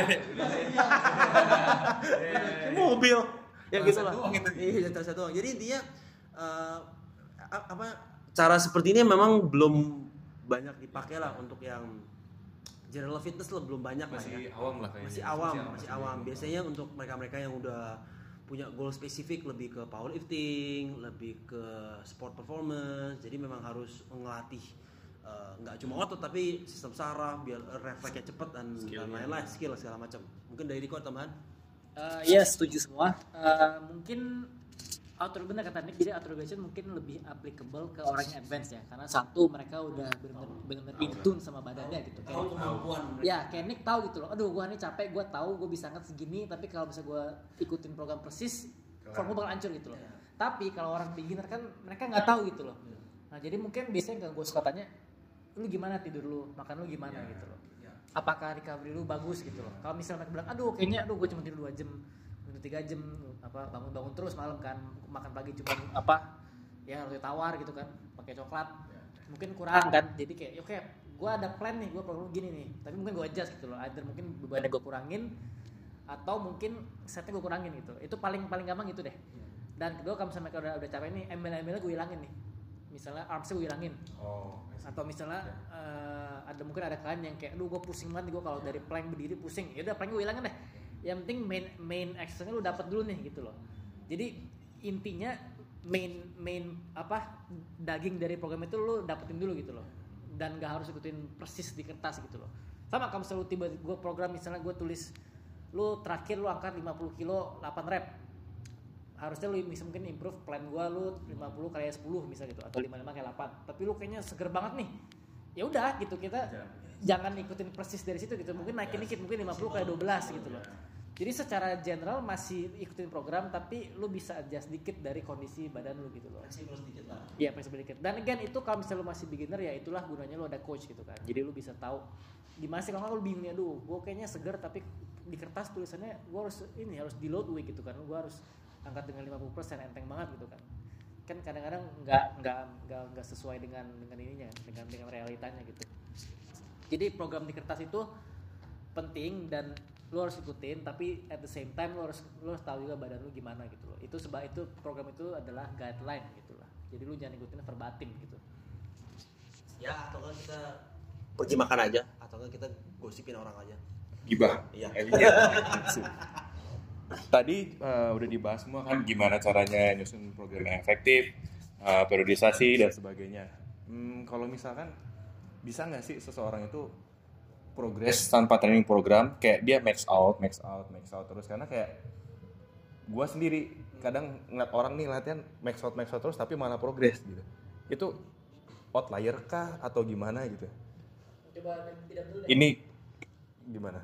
Mobil ya gitu lah. Iya satu. Jadi intinya uh, apa cara seperti ini memang belum banyak dipakai lah untuk yang general fitness lah, belum banyak masih lah ya. awam lah kayaknya. Masih awam, masih, masih awam. Biasanya untuk mereka-mereka yang udah punya goal spesifik lebih ke powerlifting, lebih ke sport performance. Jadi memang harus ngelatih nggak uh, cuma otot tapi sistem saraf biar refleksnya cepat dan lain-lain, skill segala macam. Mungkin dari Riko tambahan? Uh, ya setuju semua. Uh, mungkin auto benar kata Nick, jadi auto regulation mungkin lebih applicable ke orang yang advance ya, karena satu mereka udah benar-benar benar-benar in tune sama badannya gitu. Tahu kemampuan mereka. Ya, kayak Nick tahu gitu loh. Aduh, gua ini capek, gua tahu gua bisa angkat segini, tapi kalau bisa gua ikutin program persis, form gua bakal hancur gitu loh. Tapi kalau orang beginner kan mereka nggak tahu gitu loh. Nah, jadi mungkin biasanya gue suka tanya, lu gimana tidur lu, makan lu gimana gitu loh. Apakah recovery lu bagus gitu loh. Kalau misalnya mereka bilang, aduh kayaknya aduh gue cuma tidur dua jam, tidur tiga jam, apa bangun-bangun terus malam kan, makan pagi cuma apa ya roti tawar gitu kan, pakai coklat, mungkin kurang kan. Jadi kayak oke, okay, gue ada plan nih, gue program gini nih, tapi mungkin gue adjust gitu loh. Either mungkin bebannya gue kurangin, atau mungkin setnya gue kurangin gitu. Itu paling paling gampang gitu deh. Dan kedua kalau misalnya mereka udah udah capek nih, M L M nya gue hilangin nih. Misalnya armsnya gue hilangin. Oh. Atau misalnya uh, ada mungkin ada klien yang kayak, aduh gue pusing banget gue kalau dari plank berdiri pusing. Ya udah plank gue hilangin deh. Yang penting main main exercise lu dapat dulu nih gitu loh. Jadi intinya main main apa daging dari program itu lu dapetin dulu gitu loh. Dan gak harus ikutin persis di kertas gitu loh. Sama kalau misalnya lu tiba gue program misalnya gue tulis lu terakhir lu angkat lima puluh kilo delapan rep. Harusnya lu bisa mungkin improve plan gua lu lima puluh kali sepuluh misal gitu atau lima puluh lima kali delapan. Tapi lu kayaknya seger banget nih. Ya udah gitu kita ya. Jangan ikutin persis dari situ gitu. Mungkin naikin dikit mungkin lima puluh kali dua belas gitu loh. Jadi secara general masih ikutin program tapi lu bisa adjust dikit dari kondisi badan lu gitu loh. Fleksibel sedikit lah. Iya, fleksibel dikit. Dan again itu kalau misalnya lu masih beginner ya itulah gunanya lu ada coach gitu kan. Jadi lu bisa tahu gimana sih kalau lu bingung ya, aduh gua kayaknya seger tapi di kertas tulisannya gua harus ini harus di load weight gitu kan. Gua harus angkat dengan lima puluh persen enteng banget gitu kan. Kan kadang-kadang nggak nggak nggak nggak sesuai dengan dengan ininya, dengan dengan realitanya gitu. Jadi program di kertas itu penting dan lu harus ikutin, tapi at the same time lu harus lu harus tahu juga badan lu gimana gitu loh. Itu sebab itu program itu adalah guideline gitu lah. Jadi lu jangan ikutin verbatim gitu. Ya, atau kan kita pergi makan aja, atau kan kita gosipin orang aja. Gibah. Iya. Tadi uh, udah dibahas semua kan gimana caranya nyusun program yang efektif, uh, periodisasi dan sebagainya. Hmm, kalau misalkan bisa nggak sih seseorang itu progres tanpa training program, kayak dia max out, max out, max out terus, karena kayak gue sendiri kadang ngeliat orang nih latihan max out, max out terus tapi malah progres gitu. Itu outlier kah atau gimana gitu? Coba tidak dulu deh. Ini gimana?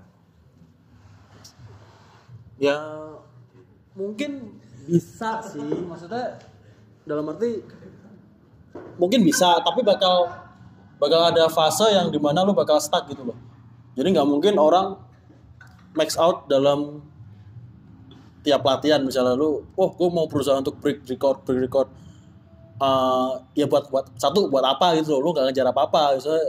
Ya mungkin bisa sih, maksudnya dalam arti mungkin bisa, tapi bakal bakal ada fase yang dimana lu bakal stuck gitu loh. Jadi nggak mungkin orang max out dalam tiap latihan. Misalnya lu, oh gue mau berusaha untuk break record, break record, uh, ya buat buat satu buat apa gitu loh, lu nggak ngejar apa apa, misalnya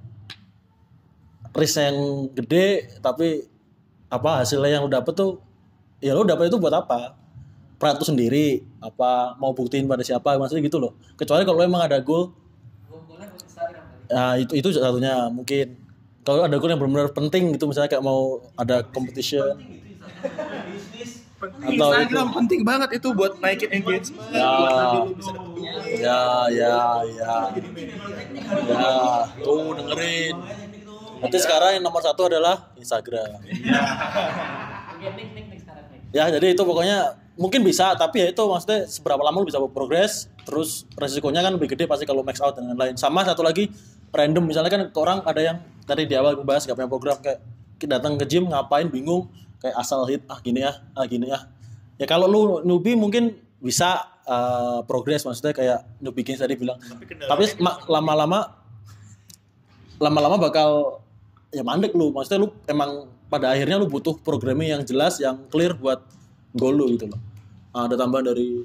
risk yang gede, tapi apa hasilnya yang lu dapet tuh ya lo dapat itu buat apa? Pride itu sendiri, apa mau buktiin pada siapa, maksudnya gitu loh. Kecuali kalau emang ada goal, nah itu itu satunya mungkin. Kalau ada goal yang benar-benar penting gitu, misalnya kayak mau ada competition, atau Instagram itu penting banget itu buat naikin engagement. Ya, ya, ya, ya, ya, tuh dengerin. Nanti sekarang yang nomor satu adalah Instagram. Ya jadi itu pokoknya mungkin bisa, tapi ya itu maksudnya seberapa lama lu bisa progres, terus resikonya kan lebih gede pasti kalau max out dan lain-lain. Sama satu lagi random, misalnya kan orang ada yang tadi di awal bahas gak punya program, kayak datang ke gym ngapain bingung, kayak asal hit ah gini ya, ah gini ya. Ya kalau lu newbie mungkin bisa uh, progres, maksudnya kayak newbie gains tadi bilang. Tapi, tapi ma- lama-lama lama-lama bakal ya mandek lu, maksudnya lu emang pada akhirnya lu butuh programming yang jelas, yang clear buat goal lu gitu loh. Nah, ada tambahan dari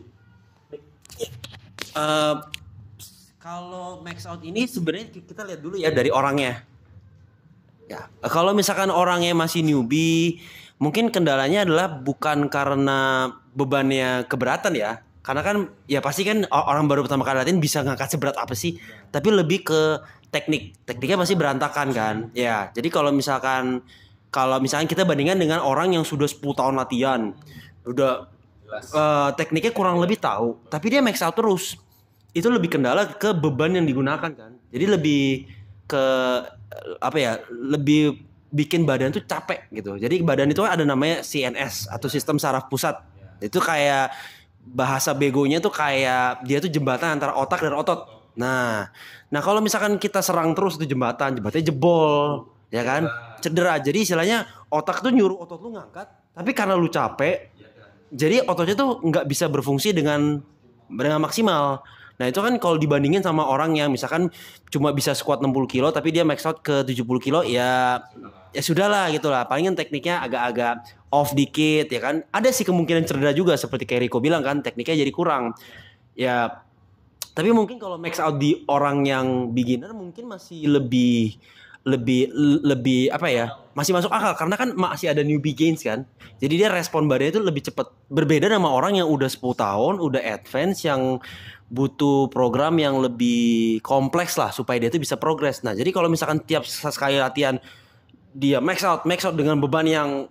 uh, kalau max out ini sebenarnya kita lihat dulu ya dari orangnya. Ya, kalau misalkan orangnya masih newbie, mungkin kendalanya adalah bukan karena bebannya keberatan ya. Karena kan ya pasti kan orang baru pertama kali latihan bisa ngangkat seberat apa sih? Tapi lebih ke teknik. Tekniknya pasti berantakan kan. Ya, jadi kalau misalkan Kalau misalnya kita bandingkan dengan orang yang sudah sepuluh tahun latihan, udah uh, tekniknya kurang lebih tahu, tapi dia max out terus. Itu lebih kendala ke beban yang digunakan kan. Jadi lebih ke apa ya? Lebih bikin badan tuh capek gitu. Jadi badan itu ada namanya C N S atau sistem saraf pusat. Itu kayak bahasa begonya tuh kayak dia tuh jembatan antara otak dan otot. Nah, nah kalau misalkan kita serang terus itu jembatan, jembatannya jebol, ya kan? Cedera. Jadi istilahnya otak tuh nyuruh otot lu ngangkat, tapi karena lu capek, jadi ototnya tuh nggak bisa berfungsi dengan dengan maksimal. Nah itu kan kalau dibandingin sama orang yang misalkan cuma bisa squat enam puluh kilo tapi dia max out ke tujuh puluh kilo ya ya sudahlah gitu lah. Palingan tekniknya agak-agak off dikit ya kan. Ada sih kemungkinan cedera juga seperti kayak Rico bilang kan, tekniknya jadi kurang. Ya tapi mungkin kalau max out di orang yang beginner mungkin masih lebih lebih lebih apa ya? Masih masuk akal karena kan masih ada newbie gains kan. Jadi dia respon badannya itu lebih cepat. Berbeda sama orang yang udah sepuluh tahun, udah advance yang butuh program yang lebih kompleks lah supaya dia itu bisa progres. Nah, jadi kalau misalkan tiap sekali latihan dia max out, max out dengan beban yang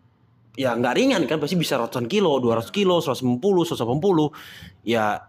ya nggak ringan kan, pasti bisa ratusan kilo, dua ratus kilo, seratus lima puluh, seratus delapan puluh. Ya,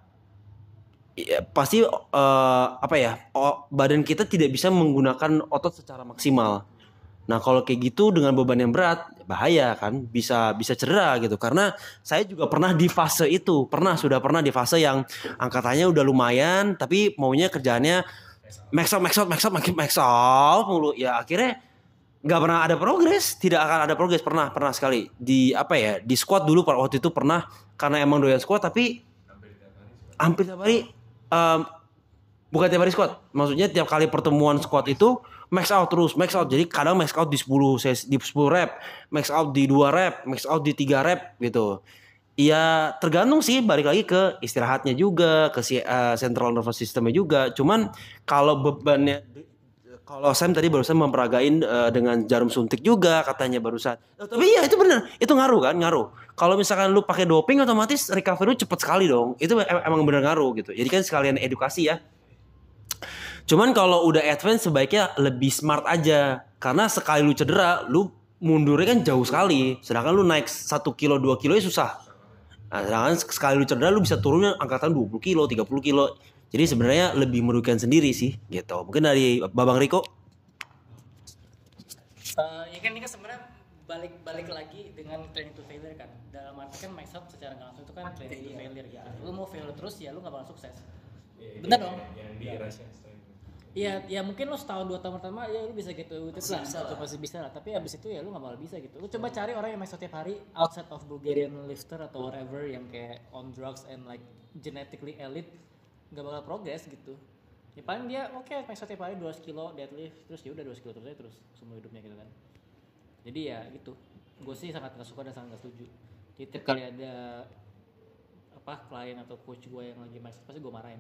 ya pasti uh, apa ya? Oh, badan kita tidak bisa menggunakan otot secara maksimal. Nah, kalau kayak gitu dengan beban yang berat, bahaya kan, bisa bisa cedera gitu. Karena saya juga pernah di fase itu, pernah sudah pernah di fase yang angkatannya udah lumayan, tapi maunya kerjaannya max out, max out, max out, max out mulu. Ya akhirnya nggak pernah ada progres, tidak akan ada progres. Pernah, pernah sekali di apa ya, di squat dulu waktu itu pernah karena emang doyan squat, tapi hampir tiap hari, um, bukan tiap hari squat, maksudnya tiap kali pertemuan squat itu max out terus, max out. Jadi kadang max out di sepuluh di sepuluh rep, max out di dua rep, max out di tiga rep gitu. Ya tergantung sih, balik lagi ke istirahatnya juga, ke si, uh, central nervous systemnya juga. Cuman kalau bebannya, kalau Sam tadi barusan memperagain uh, dengan jarum suntik juga katanya barusan. Oh, tapi iya itu benar, itu ngaruh kan, ngaruh. Kalau misalkan lu pakai doping otomatis recovery lu cepet sekali dong. Itu em- emang benar ngaruh gitu. Jadi kan sekalian edukasi ya. Cuman kalau udah advance sebaiknya lebih smart aja. Karena sekali lu cedera, lu mundurnya kan jauh sekali. Sedangkan lu naik satu kilo, dua kilo ya susah. Nah, sedangkan sekali lu cedera, lu bisa turunnya angkatan dua puluh kilo, tiga puluh kilo. Jadi sebenarnya lebih merugikan sendiri sih gitu. Mungkin dari Babang Riko? Uh, ya kan ini kan sebenarnya balik-balik lagi dengan training to failure kan. Dalam arti kan max out secara nggak langsung itu kan training to failure gitu. Lu mau fail terus ya lu nggak bakal sukses. Bener dong? Iya, ya mungkin lo setahun dua tahun pertama ya lu bisa gitu, itu lah, coba masih bisa lah. Tapi abis itu ya lu nggak bakal bisa gitu. Lu coba cari orang yang max out tiap hari outside of Bulgarian lifter atau whatever yang kayak on drugs and like genetically elite, nggak bakal progress gitu. Ya paling dia oke okay, max out tiap hari dua ratus kilo deadlift, terus ya udah dua ratus kilo terus aja terus semua hidupnya gitu kan. Jadi ya gitu. Gue sih sangat nggak suka dan sangat nggak setuju. Jadi tiap kali ada apa klien atau coach gue yang lagi max out pasti gue marahin.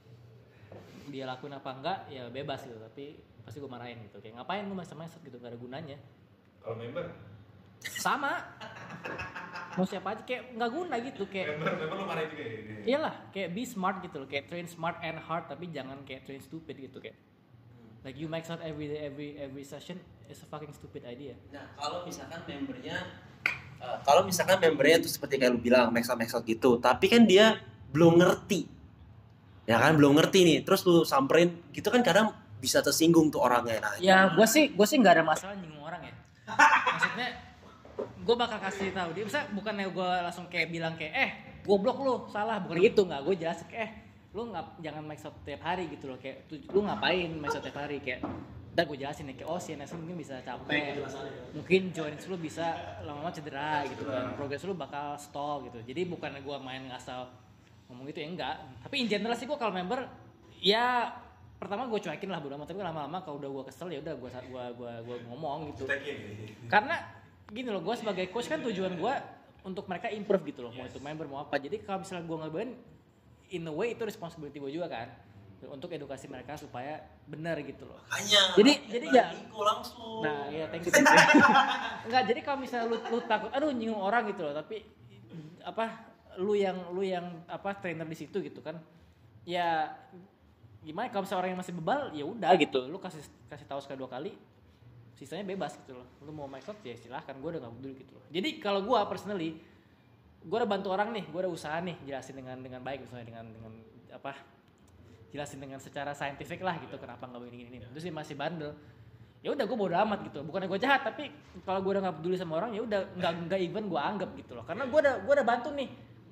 Dia lakuin apa enggak ya bebas gitu, tapi pasti gue marahin gitu. Kayak ngapain lu max-max gitu, gak ada gunanya. Kalau member sama mau siapa aja kayak nggak guna gitu, kayak member member lu marahin juga ya. Iyalah, kayak be smart gitu loh, kayak train smart and hard tapi jangan kayak train stupid gitu. Kayak like you max out every day, every every session is a fucking stupid idea. Nah, kalau misalkan membernya uh, kalau misalkan membernya tuh seperti kayak lu bilang max out max out gitu, tapi kan dia belum ngerti. Ya kan belum ngerti nih, terus lu samperin gitu kan kadang bisa tersinggung tuh orangnya. Nah, ya gue sih gue sih nggak ada masalah nyinggung orang ya. Maksudnya gue bakal kasih tahu dia, bisa bukannya gue langsung kayak bilang kayak eh goblok lu salah, bukan gitu, nggak. Gue jelas kayak eh lu nggak jangan max out tiap hari gitu loh, kayak lu ngapain max out tiap hari, kayak udah gue jelasin nih kayak oh si N S mungkin bisa capek, mungkin joints lu bisa lama-lama cedera gitu kan, progres lu bakal stall gitu. Jadi bukannya gue main ngasal ngomong gitu ya enggak, tapi in general sih gue kalau member ya pertama gue cuekin lah bodo amat, tapi lama-lama kalau udah gue kesel ya udah gue gua gua gua ngomong gitu. Karena gini loh, gue sebagai coach kan tujuan gue untuk mereka improve gitu loh, mau itu member mau apa. Jadi kalau misalnya gue ngebain in a way itu responsibility gue juga kan, untuk edukasi mereka supaya benar gitu loh. Hanya jadi jadi ya langsung. Nah ya thank you, thank you. Enggak, jadi kalau misalnya lu, lu takut aduh nyinggung orang gitu loh, tapi apa lu yang lu yang apa trainer di situ gitu kan, ya gimana kalau misalnya orang yang masih bebal ya udah gitu, lu kasih kasih tahu sekali dua kali, sisanya bebas gitu loh. Lu mau max out ya silahkan, gue udah nggak peduli gitu loh. Jadi kalau gue personally, gue udah bantu orang nih, gue udah usaha nih jelasin dengan dengan baik, misalnya dengan dengan apa jelasin dengan secara saintifik lah gitu, kenapa nggak begini ini, terus dia masih bandel, ya udah gue bodo amat gitu. Bukannya gue jahat, tapi kalau gue udah nggak peduli sama orang ya udah nggak nggak even gue anggap gitu loh, karena gue udah gue udah bantu nih. Lu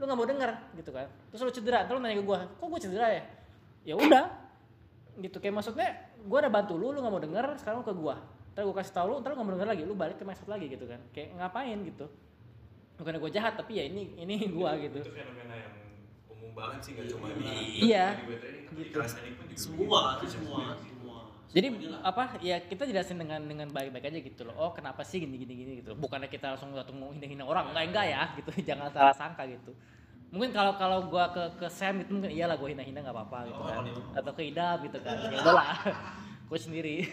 lu nggak mau denger gitu kan. Terus lu cedera, terus lu nanya ke gue, kok gue cedera ya? Ya udah, gitu kayak maksudnya gue udah bantu lu, lu nggak mau denger, sekarang lu ke gue. Ntar gue kasih tau lu, ntar lu nggak mau denger lagi, lu balik ke mindset lagi gitu kan. Kayak ngapain gitu? Bukan gue jahat, tapi ya ini ini gue gitu. Itu fenomena yang umum banget sih, nggak cuma di iya, di web training, tapi gitu. di kelas teknik pun juga Semua, begitu. itu semua, semua. Jadi apa ya kita jelasin dengan dengan baik-baik aja gitu loh. Oh kenapa sih gini gini gini gitu. Bukannya kita langsung langsung mau hina-hina orang, enggak enggak ya gitu. Jangan salah sangka gitu. Mungkin kalau kalau gua ke ke Sam itu mungkin iyalah gua hina-hina enggak apa-apa gitu kan. Atau ke Idam gitu kan. Ya udahlah. Gua sendiri.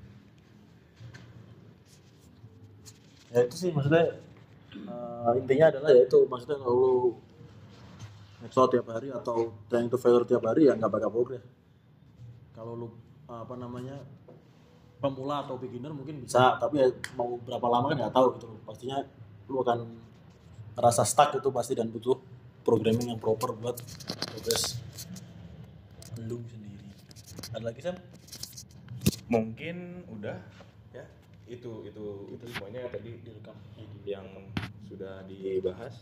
Ya itu sih maksudnya uh, intinya adalah ya itu maksudnya kalau lu nge-shot tiap hari atau trying to failure tiap hari ya nggak bakal progres. Kalau lu apa namanya pemula atau beginner mungkin bisa, tapi ya mau berapa lama kan nggak tahu gitu loh. Pastinya lu akan merasa stuck itu pasti dan butuh programming yang proper buat progres lu sendiri. Ada lagi Sam? Mungkin udah ya itu itu itu semuanya tadi Direkam. yang sudah dibahas.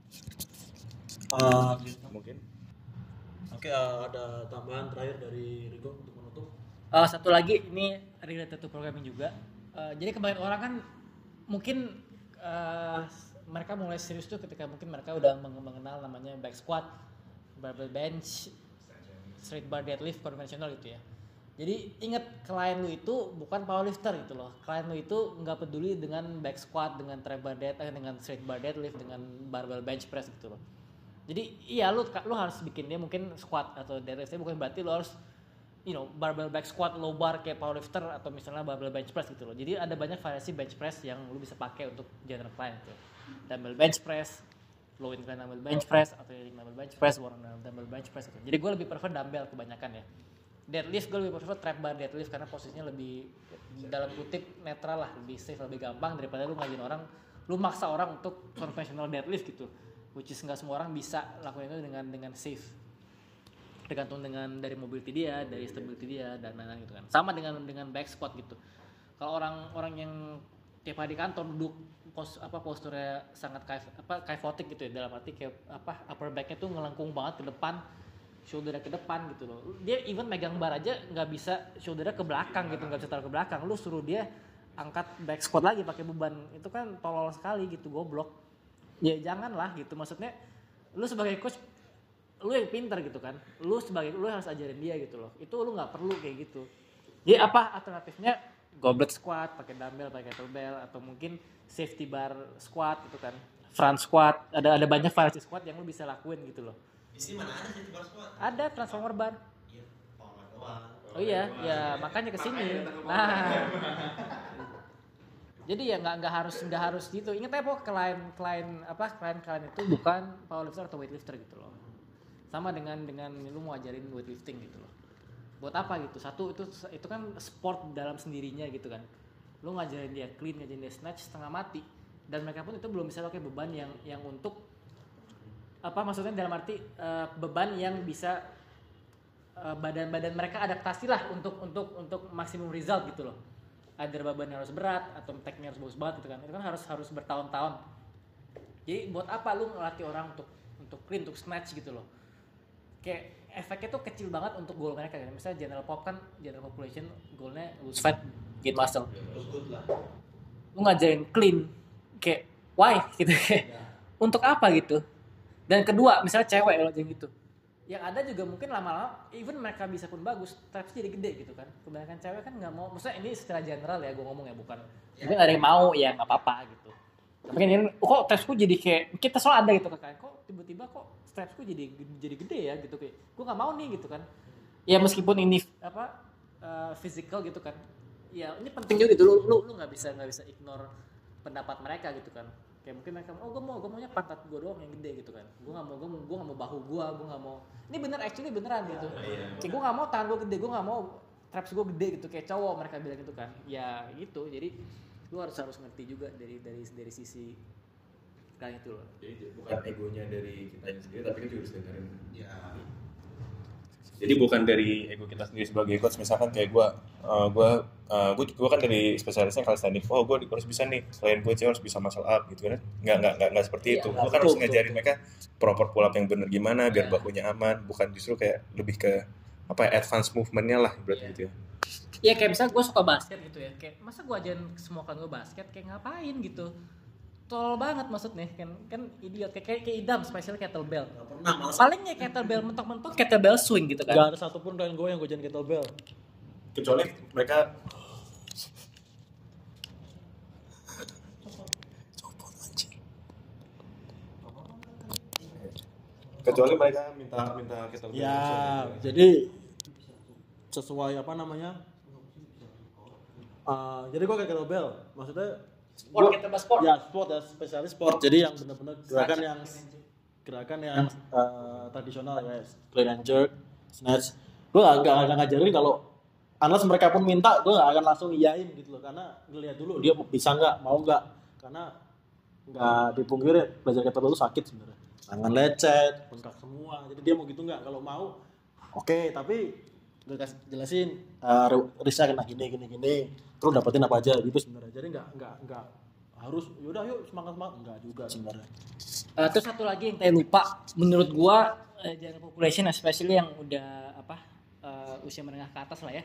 Uh, Mungkin Oke, uh, ada tambahan terakhir dari Rico untuk menutup. Uh, satu lagi ini related to programming juga. Uh, jadi kebanyakan orang kan mungkin uh, mereka mulai serius tuh ketika mungkin mereka udah mengenal namanya back squat, barbell bench, straight bar deadlift konvensional gitu ya. Jadi ingat klien lu itu bukan powerlifter gitu loh. Klien lu itu nggak peduli dengan back squat, dengan trap bar dead, eh, dengan straight bar deadlift, dengan barbell bench press gitu loh. Jadi iya lu lu harus bikin dia mungkin squat atau deadlift, bukan berarti lu harus you know barbell back squat low bar kayak powerlifter atau misalnya barbell bench press gitu loh. Jadi ada banyak variasi bench press yang lu bisa pakai untuk general client gitu. Dumbbell bench press, low incline dumbbell bench press atau yang dumbbell bench press, warna dumbbell bench press gitu. Jadi gue lebih prefer dumbbell kebanyakan ya. Deadlift gue lebih prefer trap bar deadlift karena posisinya lebih dalam kutip netral lah, lebih safe, lebih gampang daripada lu ngajarin orang, lu maksa orang untuk conventional deadlift gitu. Which is nggak semua orang bisa lakuin itu dengan dengan safe. Tergantung dengan dari mobility dia, dari stability dia dan lain-lain gitu kan. Sama dengan dengan back squat gitu. Kalau orang-orang yang tiap hari di kantor duduk pos apa posturnya sangat kaif, apa kyphotic gitu ya, dalam arti kayak apa upper backnya tuh ngelengkung banget ke depan, shouldernya ke depan gitu loh. Dia even megang bar aja nggak bisa shouldernya ke belakang gitu, nggak bisa taruh ke belakang. Lu suruh dia angkat back squat lagi pakai beban, itu kan tolol sekali gitu, goblok. Ya janganlah gitu, maksudnya lu sebagai coach lu yang pintar gitu kan, lu sebagai lu harus ajarin dia gitu loh, itu lu nggak perlu kayak gitu. Jadi apa alternatifnya? Goblet squat pakai dumbbell, pakai kettlebell, atau mungkin safety bar squat gitu kan, front squat, ada ada banyak variasi squat yang lu bisa lakuin gitu loh. Di sini mana ada safety bar squat? Ada transformer bar. Iya, power doang. Oh iya, ya makanya kesini. Nah, jadi ya nggak nggak harus nggak harus gitu. Ingat aja pokok klien klien apa klien klien itu bukan powerlifter atau weightlifter gitu loh. Sama dengan dengan lu mau ajarin weightlifting gitu loh. Buat apa gitu? Satu itu itu kan sport dalam sendirinya gitu kan. Lu ngajarin dia clean, ngajarin dia snatch setengah mati, dan mereka pun itu belum bisa pakai beban yang yang untuk apa maksudnya dalam arti uh, beban yang bisa uh, badan-badan mereka adaptasi lah untuk untuk untuk maksimum result gitu loh. Ada beban yang harus berat atau tekniknya harus bagus banget gitu kan. Itu kan harus harus bertahun-tahun. Jadi buat apa lu ngelatih orang untuk untuk clean, untuk snatch gitu loh. Kayak efeknya tuh kecil banget untuk goal mereka kan. Misalnya general pop kan general population goalnya lose fat, gain muscle. Good lah. Lu ngajarin clean kayak why gitu kayak untuk apa gitu. Dan kedua misalnya cewek lo aja gitu. Yang ada juga mungkin lama-lama even mereka bisa pun bagus, traps jadi gede gitu kan. Kebanyakan cewek kan nggak mau, maksudnya ini secara general ya gue ngomong ya, bukan ya. Mungkin ada yang mau ya nggak apa-apa gitu. Mungkin ini oh, kok trapsku jadi kayak kita soal ada gitu kan, kok tiba-tiba kok trapsku jadi jadi gede ya gitu kayak gue nggak mau nih gitu kan. Ya meskipun ini apa uh, physical gitu kan, ya ini penting juga gitu. Lu lu lu nggak bisa nggak bisa ignore pendapat mereka gitu kan. Kayak mungkin mereka oh gue mau gue maunya pantat gue doang yang gede gitu kan. Gue nggak mau gue gue nggak mau bahu gue gue nggak mau. Ini bener actually beneran gitu. Kayak gue nggak mau tangan gue gede, gue nggak mau traps gue gede gitu kayak cowok mereka bilang gitu kan. Ya gitu. Jadi lu harus harus ngerti juga dari dari dari sisi kayak itu loh. Jadi bukan egonya dari kitanya sendiri, tapi kita juga harus dengerin. Ya. Jadi bukan dari ego kita sendiri sebagai coach, misalkan kayak gue, uh, gue, uh, gue, gue kan dari spesialisnya calisthenics. Oh, gue harus bisa nih, selain gue harus bisa muscle up gitu kan? Nggak, nggak, nggak, nggak seperti Iya, itu. nggak, Gue kan betul, harus betul, ngajarin betul. mereka proper pull up yang bener gimana, biar Iya. bakunya aman. Bukan justru kayak lebih ke apa ya, advance movementnya lah, berarti Iya. gitu ya. Iya kayak misalnya gue suka basket gitu ya, kayak masa gue ajarin semua kan gue basket, kayak ngapain gitu, tol banget maksudnya kan, kan idiot kayak kayak, kayak idam, spesial kettlebell. Nggak pernah malah. Paling ya kettlebell mentok-mentok kettlebell swing gitu Gak kan. ada satupun klien gue yang gue jangan kettlebell. Kecuali mereka kecuali mereka minta minta kettlebell. Ya, jadi sesuai apa namanya? Uh, jadi gue kayak kettlebell, maksudnya Sport, gua- kettlebell sport. Ya sport ya, spesialis sport. Jadi yang benar-benar gerakan yang gerakan yang uh, tradisional ya, clean and jerk, snatch. Gue gak, gak, gak ngajarin kalau unless mereka pun minta, gue gak akan langsung iyain gitu loh, karena ngeliat dulu dia bisa nggak, mau nggak, karena nggak dipungkiri belajar kettlebell itu sakit sebenarnya. Tangan lecet, bengkak semua. Jadi dia mau gitu nggak? Kalau mau, oke. Okay, tapi gue kasih jelasin, uh, Risa kena gini gini gini, terus dapetin apa aja gitu sebenarnya. Jadi nggak nggak nggak harus yaudah yuk semangat semangat, nggak juga sebenarnya. Uh, terus satu lagi yang saya lupa, menurut gua uh, general population especially yang udah apa uh, usia menengah ke atas lah ya,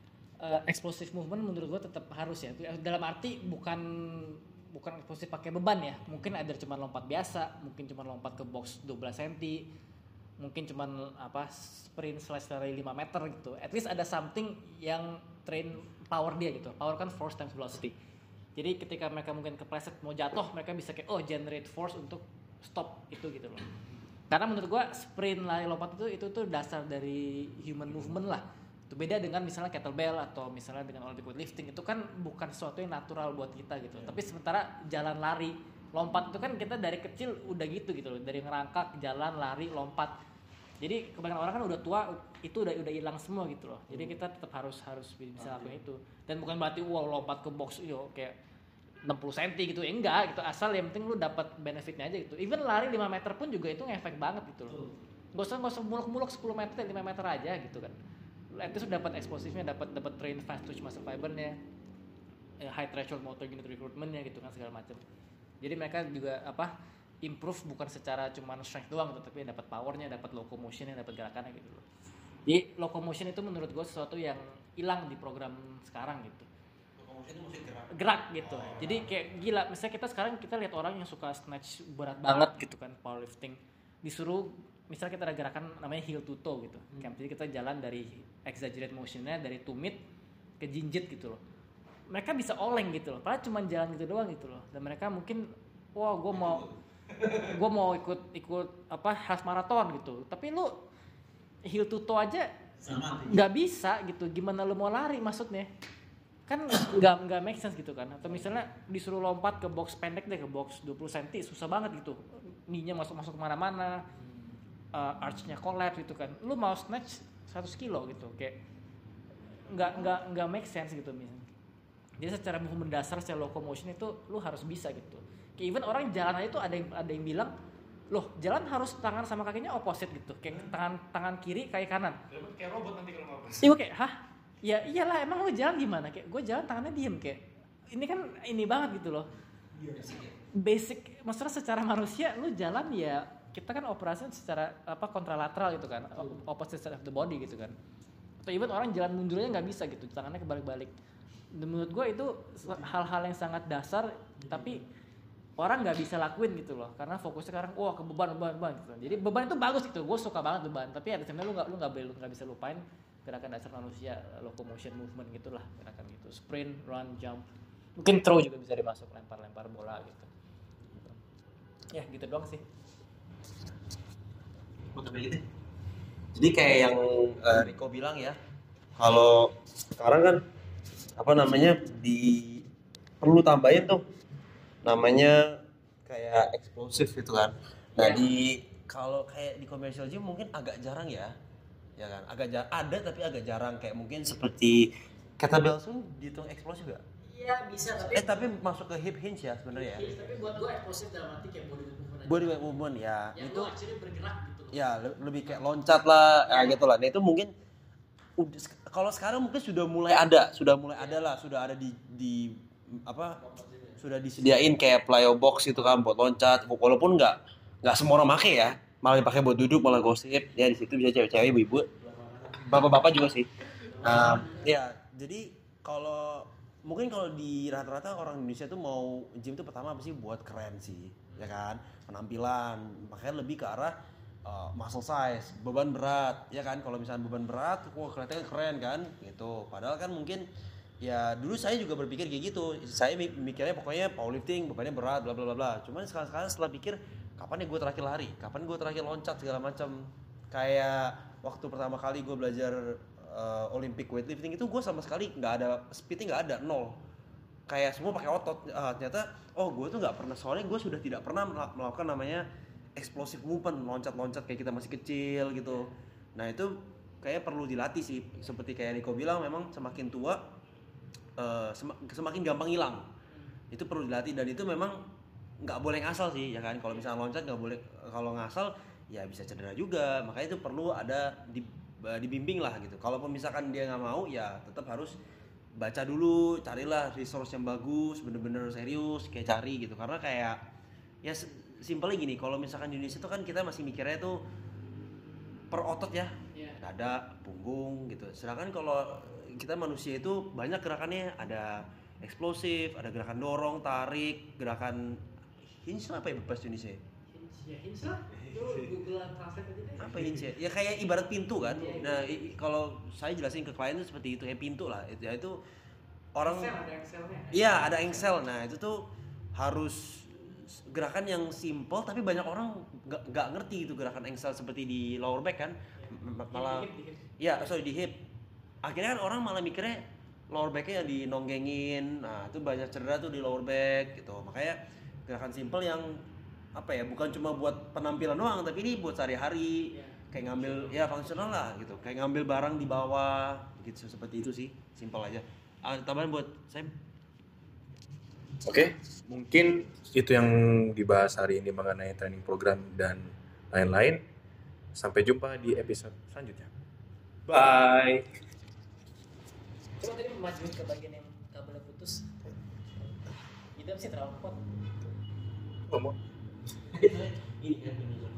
uh, explosive movement menurut gua tetap harus ya. Dalam arti bukan bukan eksplosif pakai beban ya, mungkin ada cuma lompat biasa, mungkin cuma lompat ke box dua belas sentimeter, mungkin cuma apa sprint slash lari lima meter gitu. At least ada something yang train power dia gitu. Power kan force times velocity. Jadi ketika mereka mungkin kepleset mau jatuh, mereka bisa kayak oh generate force untuk stop itu gitu loh. Karena menurut gua sprint lari lompat itu itu tuh dasar dari human movement lah. Itu beda dengan misalnya kettlebell atau misalnya dengan Olympic weightlifting, itu kan bukan sesuatu yang natural buat kita gitu. Yeah. Tapi sementara jalan lari, lompat itu kan kita dari kecil udah gitu gitu loh, dari ngerangkak, jalan, lari, lompat. Jadi kebanyakan orang kan udah tua, itu udah udah hilang semua gitu loh. Jadi kita tetap harus harus bisa lakuin itu. Dan bukan berarti wow lompat ke box yo kayak enam puluh sentimeter gitu, ya enggak gitu. Asal yang penting lu dapat benefitnya aja gitu. Even lari lima meter pun juga itu ngefek banget gitu loh. Gak usah gak usah muluk-muluk sepuluh meter, lima meter aja gitu kan. Itu sudah dapat eksplosifnya, dapat dapat train fast twitch muscle fibernya, high threshold motor unit recruitmentnya gitu kan segala macam. Jadi mereka juga apa improve bukan secara cuman strength doang gitu, tapi dapat powernya, dapat locomotionnya, dapat gerakannya gitu loh. Jadi locomotion itu menurut gue sesuatu yang hilang di program sekarang gitu. Locomotion itu mesti gerak. Gerak gitu. Oh. Jadi kayak gila, misalnya kita sekarang kita lihat orang yang suka snatch berat banget gitu kan, powerlifting, disuruh misalnya kita ada gerakan namanya heel to toe gitu. Hmm. Jadi kita jalan dari exaggerate motionnya dari tumit ke jinjit gitu loh. Mereka bisa oleng gitu loh, padahal cuma jalan gitu doang gitu loh. Dan mereka mungkin, wah gue mau, gue mau ikut ikut apa half marathon gitu. Tapi lu heel to toe aja nggak bisa gitu. Gimana lu mau lari maksudnya? Kan nggak nggak make sense gitu kan. Atau misalnya disuruh lompat ke box pendek deh, ke box dua puluh sentimeter, susah banget gitu. Knee-nya masuk masuk kemana-mana. Uh, arch-nya collapse gitu kan, lu mau snatch seratus kilo gitu, kayak nggak nggak nggak make sense gitu misalnya. Jadi secara movement dasar, secara locomotion itu lu harus bisa gitu. Kayak even orang jalan aja tuh ada yang ada yang bilang, loh jalan harus tangan sama kakinya opposite gitu, kayak tangan tangan kiri kayak kanan. Kayak robot nanti kalau mau. Iya kayak, hah? Ya iyalah, emang lu jalan gimana? Kayak gue jalan tangannya diem kayak, ini kan ini banget gitu loh. Basic, maksudnya secara manusia lu jalan ya. Kita kan operasi secara apa kontralateral gitu kan, opposite side of the body gitu kan. Atau even orang jalan mundurnya nggak bisa gitu, tangannya kebalik-balik. Dan menurut gue itu hal-hal yang sangat dasar, tapi orang nggak bisa lakuin gitu loh, karena fokusnya sekarang, wah ke beban beban beban gitu. Jadi beban itu bagus gitu, gue suka banget beban. Tapi ada sebenarnya lu nggak lu nggak lu nggak bisa lupain gerakan dasar manusia, locomotion movement gitulah gerakan gitu, sprint, run, jump. Mungkin throw juga bisa dimasuk, lempar-lempar bola gitu. Ya gitu doang sih. Gitu. Jadi kayak yang uh, Rico bilang ya, kalau sekarang kan apa namanya di perlu tambahin tuh namanya kayak eksplosif gitu kan. Nah yeah. Di kalau kayak di commercial gym mungkin agak jarang ya, ya kan? Agak jarang ada tapi agak jarang, kayak mungkin seperti kettlebell swing dihitung eksplosif gak? Iya bisa tapi. Eh tapi masuk ke hip hinge ya sebenarnya ya. Tapi buat gue eksplosif dalam arti kayak body movement body weight movement ya. Yang Itu lu actually bergerak gitu loh. ya le- lebih kayak loncat lah ya gitu lah. Nah itu mungkin udah sek- kalau sekarang mungkin sudah mulai ada, sudah mulai ada lah, sudah ada di di apa? Sudah disediain kayak plyo box itu kan buat loncat, walaupun nggak nggak semua orang pakai ya, malah dipakai buat duduk malah gosip ya di situ bisa cewek-cewek, ibu-ibu, bapak-bapak juga sih. Nah, ya jadi kalau mungkin kalau di rata-rata orang Indonesia tuh mau gym tuh pertama apa sih buat keren sih, ya kan, penampilan, makanya lebih ke arah uh, muscle size, beban berat, ya kan, kalau misalnya beban berat, wah kelihatannya keren kan, gitu. Padahal kan mungkin ya dulu saya juga berpikir kayak gitu, saya mi- mikirnya pokoknya powerlifting, bebannya berat, bla bla bla bla. Cuman sekarang-sekarang setelah pikir, kapan ya gue terakhir lari, kapan gue terakhir loncat segala macam, kayak waktu pertama kali gue belajar uh, Olympic weightlifting itu gue sama sekali nggak ada speednya, nggak ada, nol, kayak semua pakai otot. Uh, ternyata oh gue tuh nggak pernah, soalnya gue sudah tidak pernah mel- melakukan namanya explosive movement, loncat-loncat kayak kita masih kecil gitu. Nah itu kayak perlu dilatih sih, seperti kayak Nico bilang, memang semakin tua uh, sem- semakin gampang hilang, itu perlu dilatih. Dan itu memang nggak boleh ngasal sih, ya kan, kalau misalnya loncat nggak boleh, kalau ngasal ya bisa cedera juga. Makanya itu perlu ada di, dibimbing lah gitu. Kalaupun misalkan dia nggak mau, ya tetap harus baca dulu, carilah resource yang bagus, bener-bener serius kayak cari gitu. Karena kayak ya simpelnya gini, kalau misalkan di Indonesia tuh kan kita masih mikirnya tuh per otot ya, Iya. dada, punggung gitu. Sedangkan kalau kita manusia itu banyak gerakannya, ada eksplosif, ada gerakan dorong, tarik, gerakan hinge apa ya bahasa Indonesia? Hinge, ya hinge lah. Itu Google Translate aja deh. Apa hinge ya? Ya kayak ibarat pintu kan. Nah, i- kalau saya jelasin ke klien itu seperti itu, ya pintu lah. Itu ya itu orang Excel, ada Excelnya. iya, ada engsel. Nah, itu tuh harus gerakan yang simple tapi banyak orang nggak nggak ngerti itu gerakan engsel seperti di lower back kan. M- malah Di hip, di hip. iya, sorry di hip. Akhirnya kan orang malah mikirnya lower backnya yang dinonggengin. Nah, itu banyak cedera tuh di lower back gitu. Makanya gerakan simple yang apa ya, bukan cuma buat penampilan doang, tapi ini buat sehari-hari. Iya. Kayak ngambil ya fungsional lah gitu. Kayak ngambil barang di bawah gitu, seperti itu sih. Simple aja. Ah, tambahan buat Sam. Oke, mungkin itu yang dibahas hari ini mengenai training program dan lain-lain. Sampai jumpa di episode selanjutnya. Bye. Coba tadi majuin ke bagian yang kabelnya putus. Itu masih terlalu kuat. Ngomong. Ini kan ini.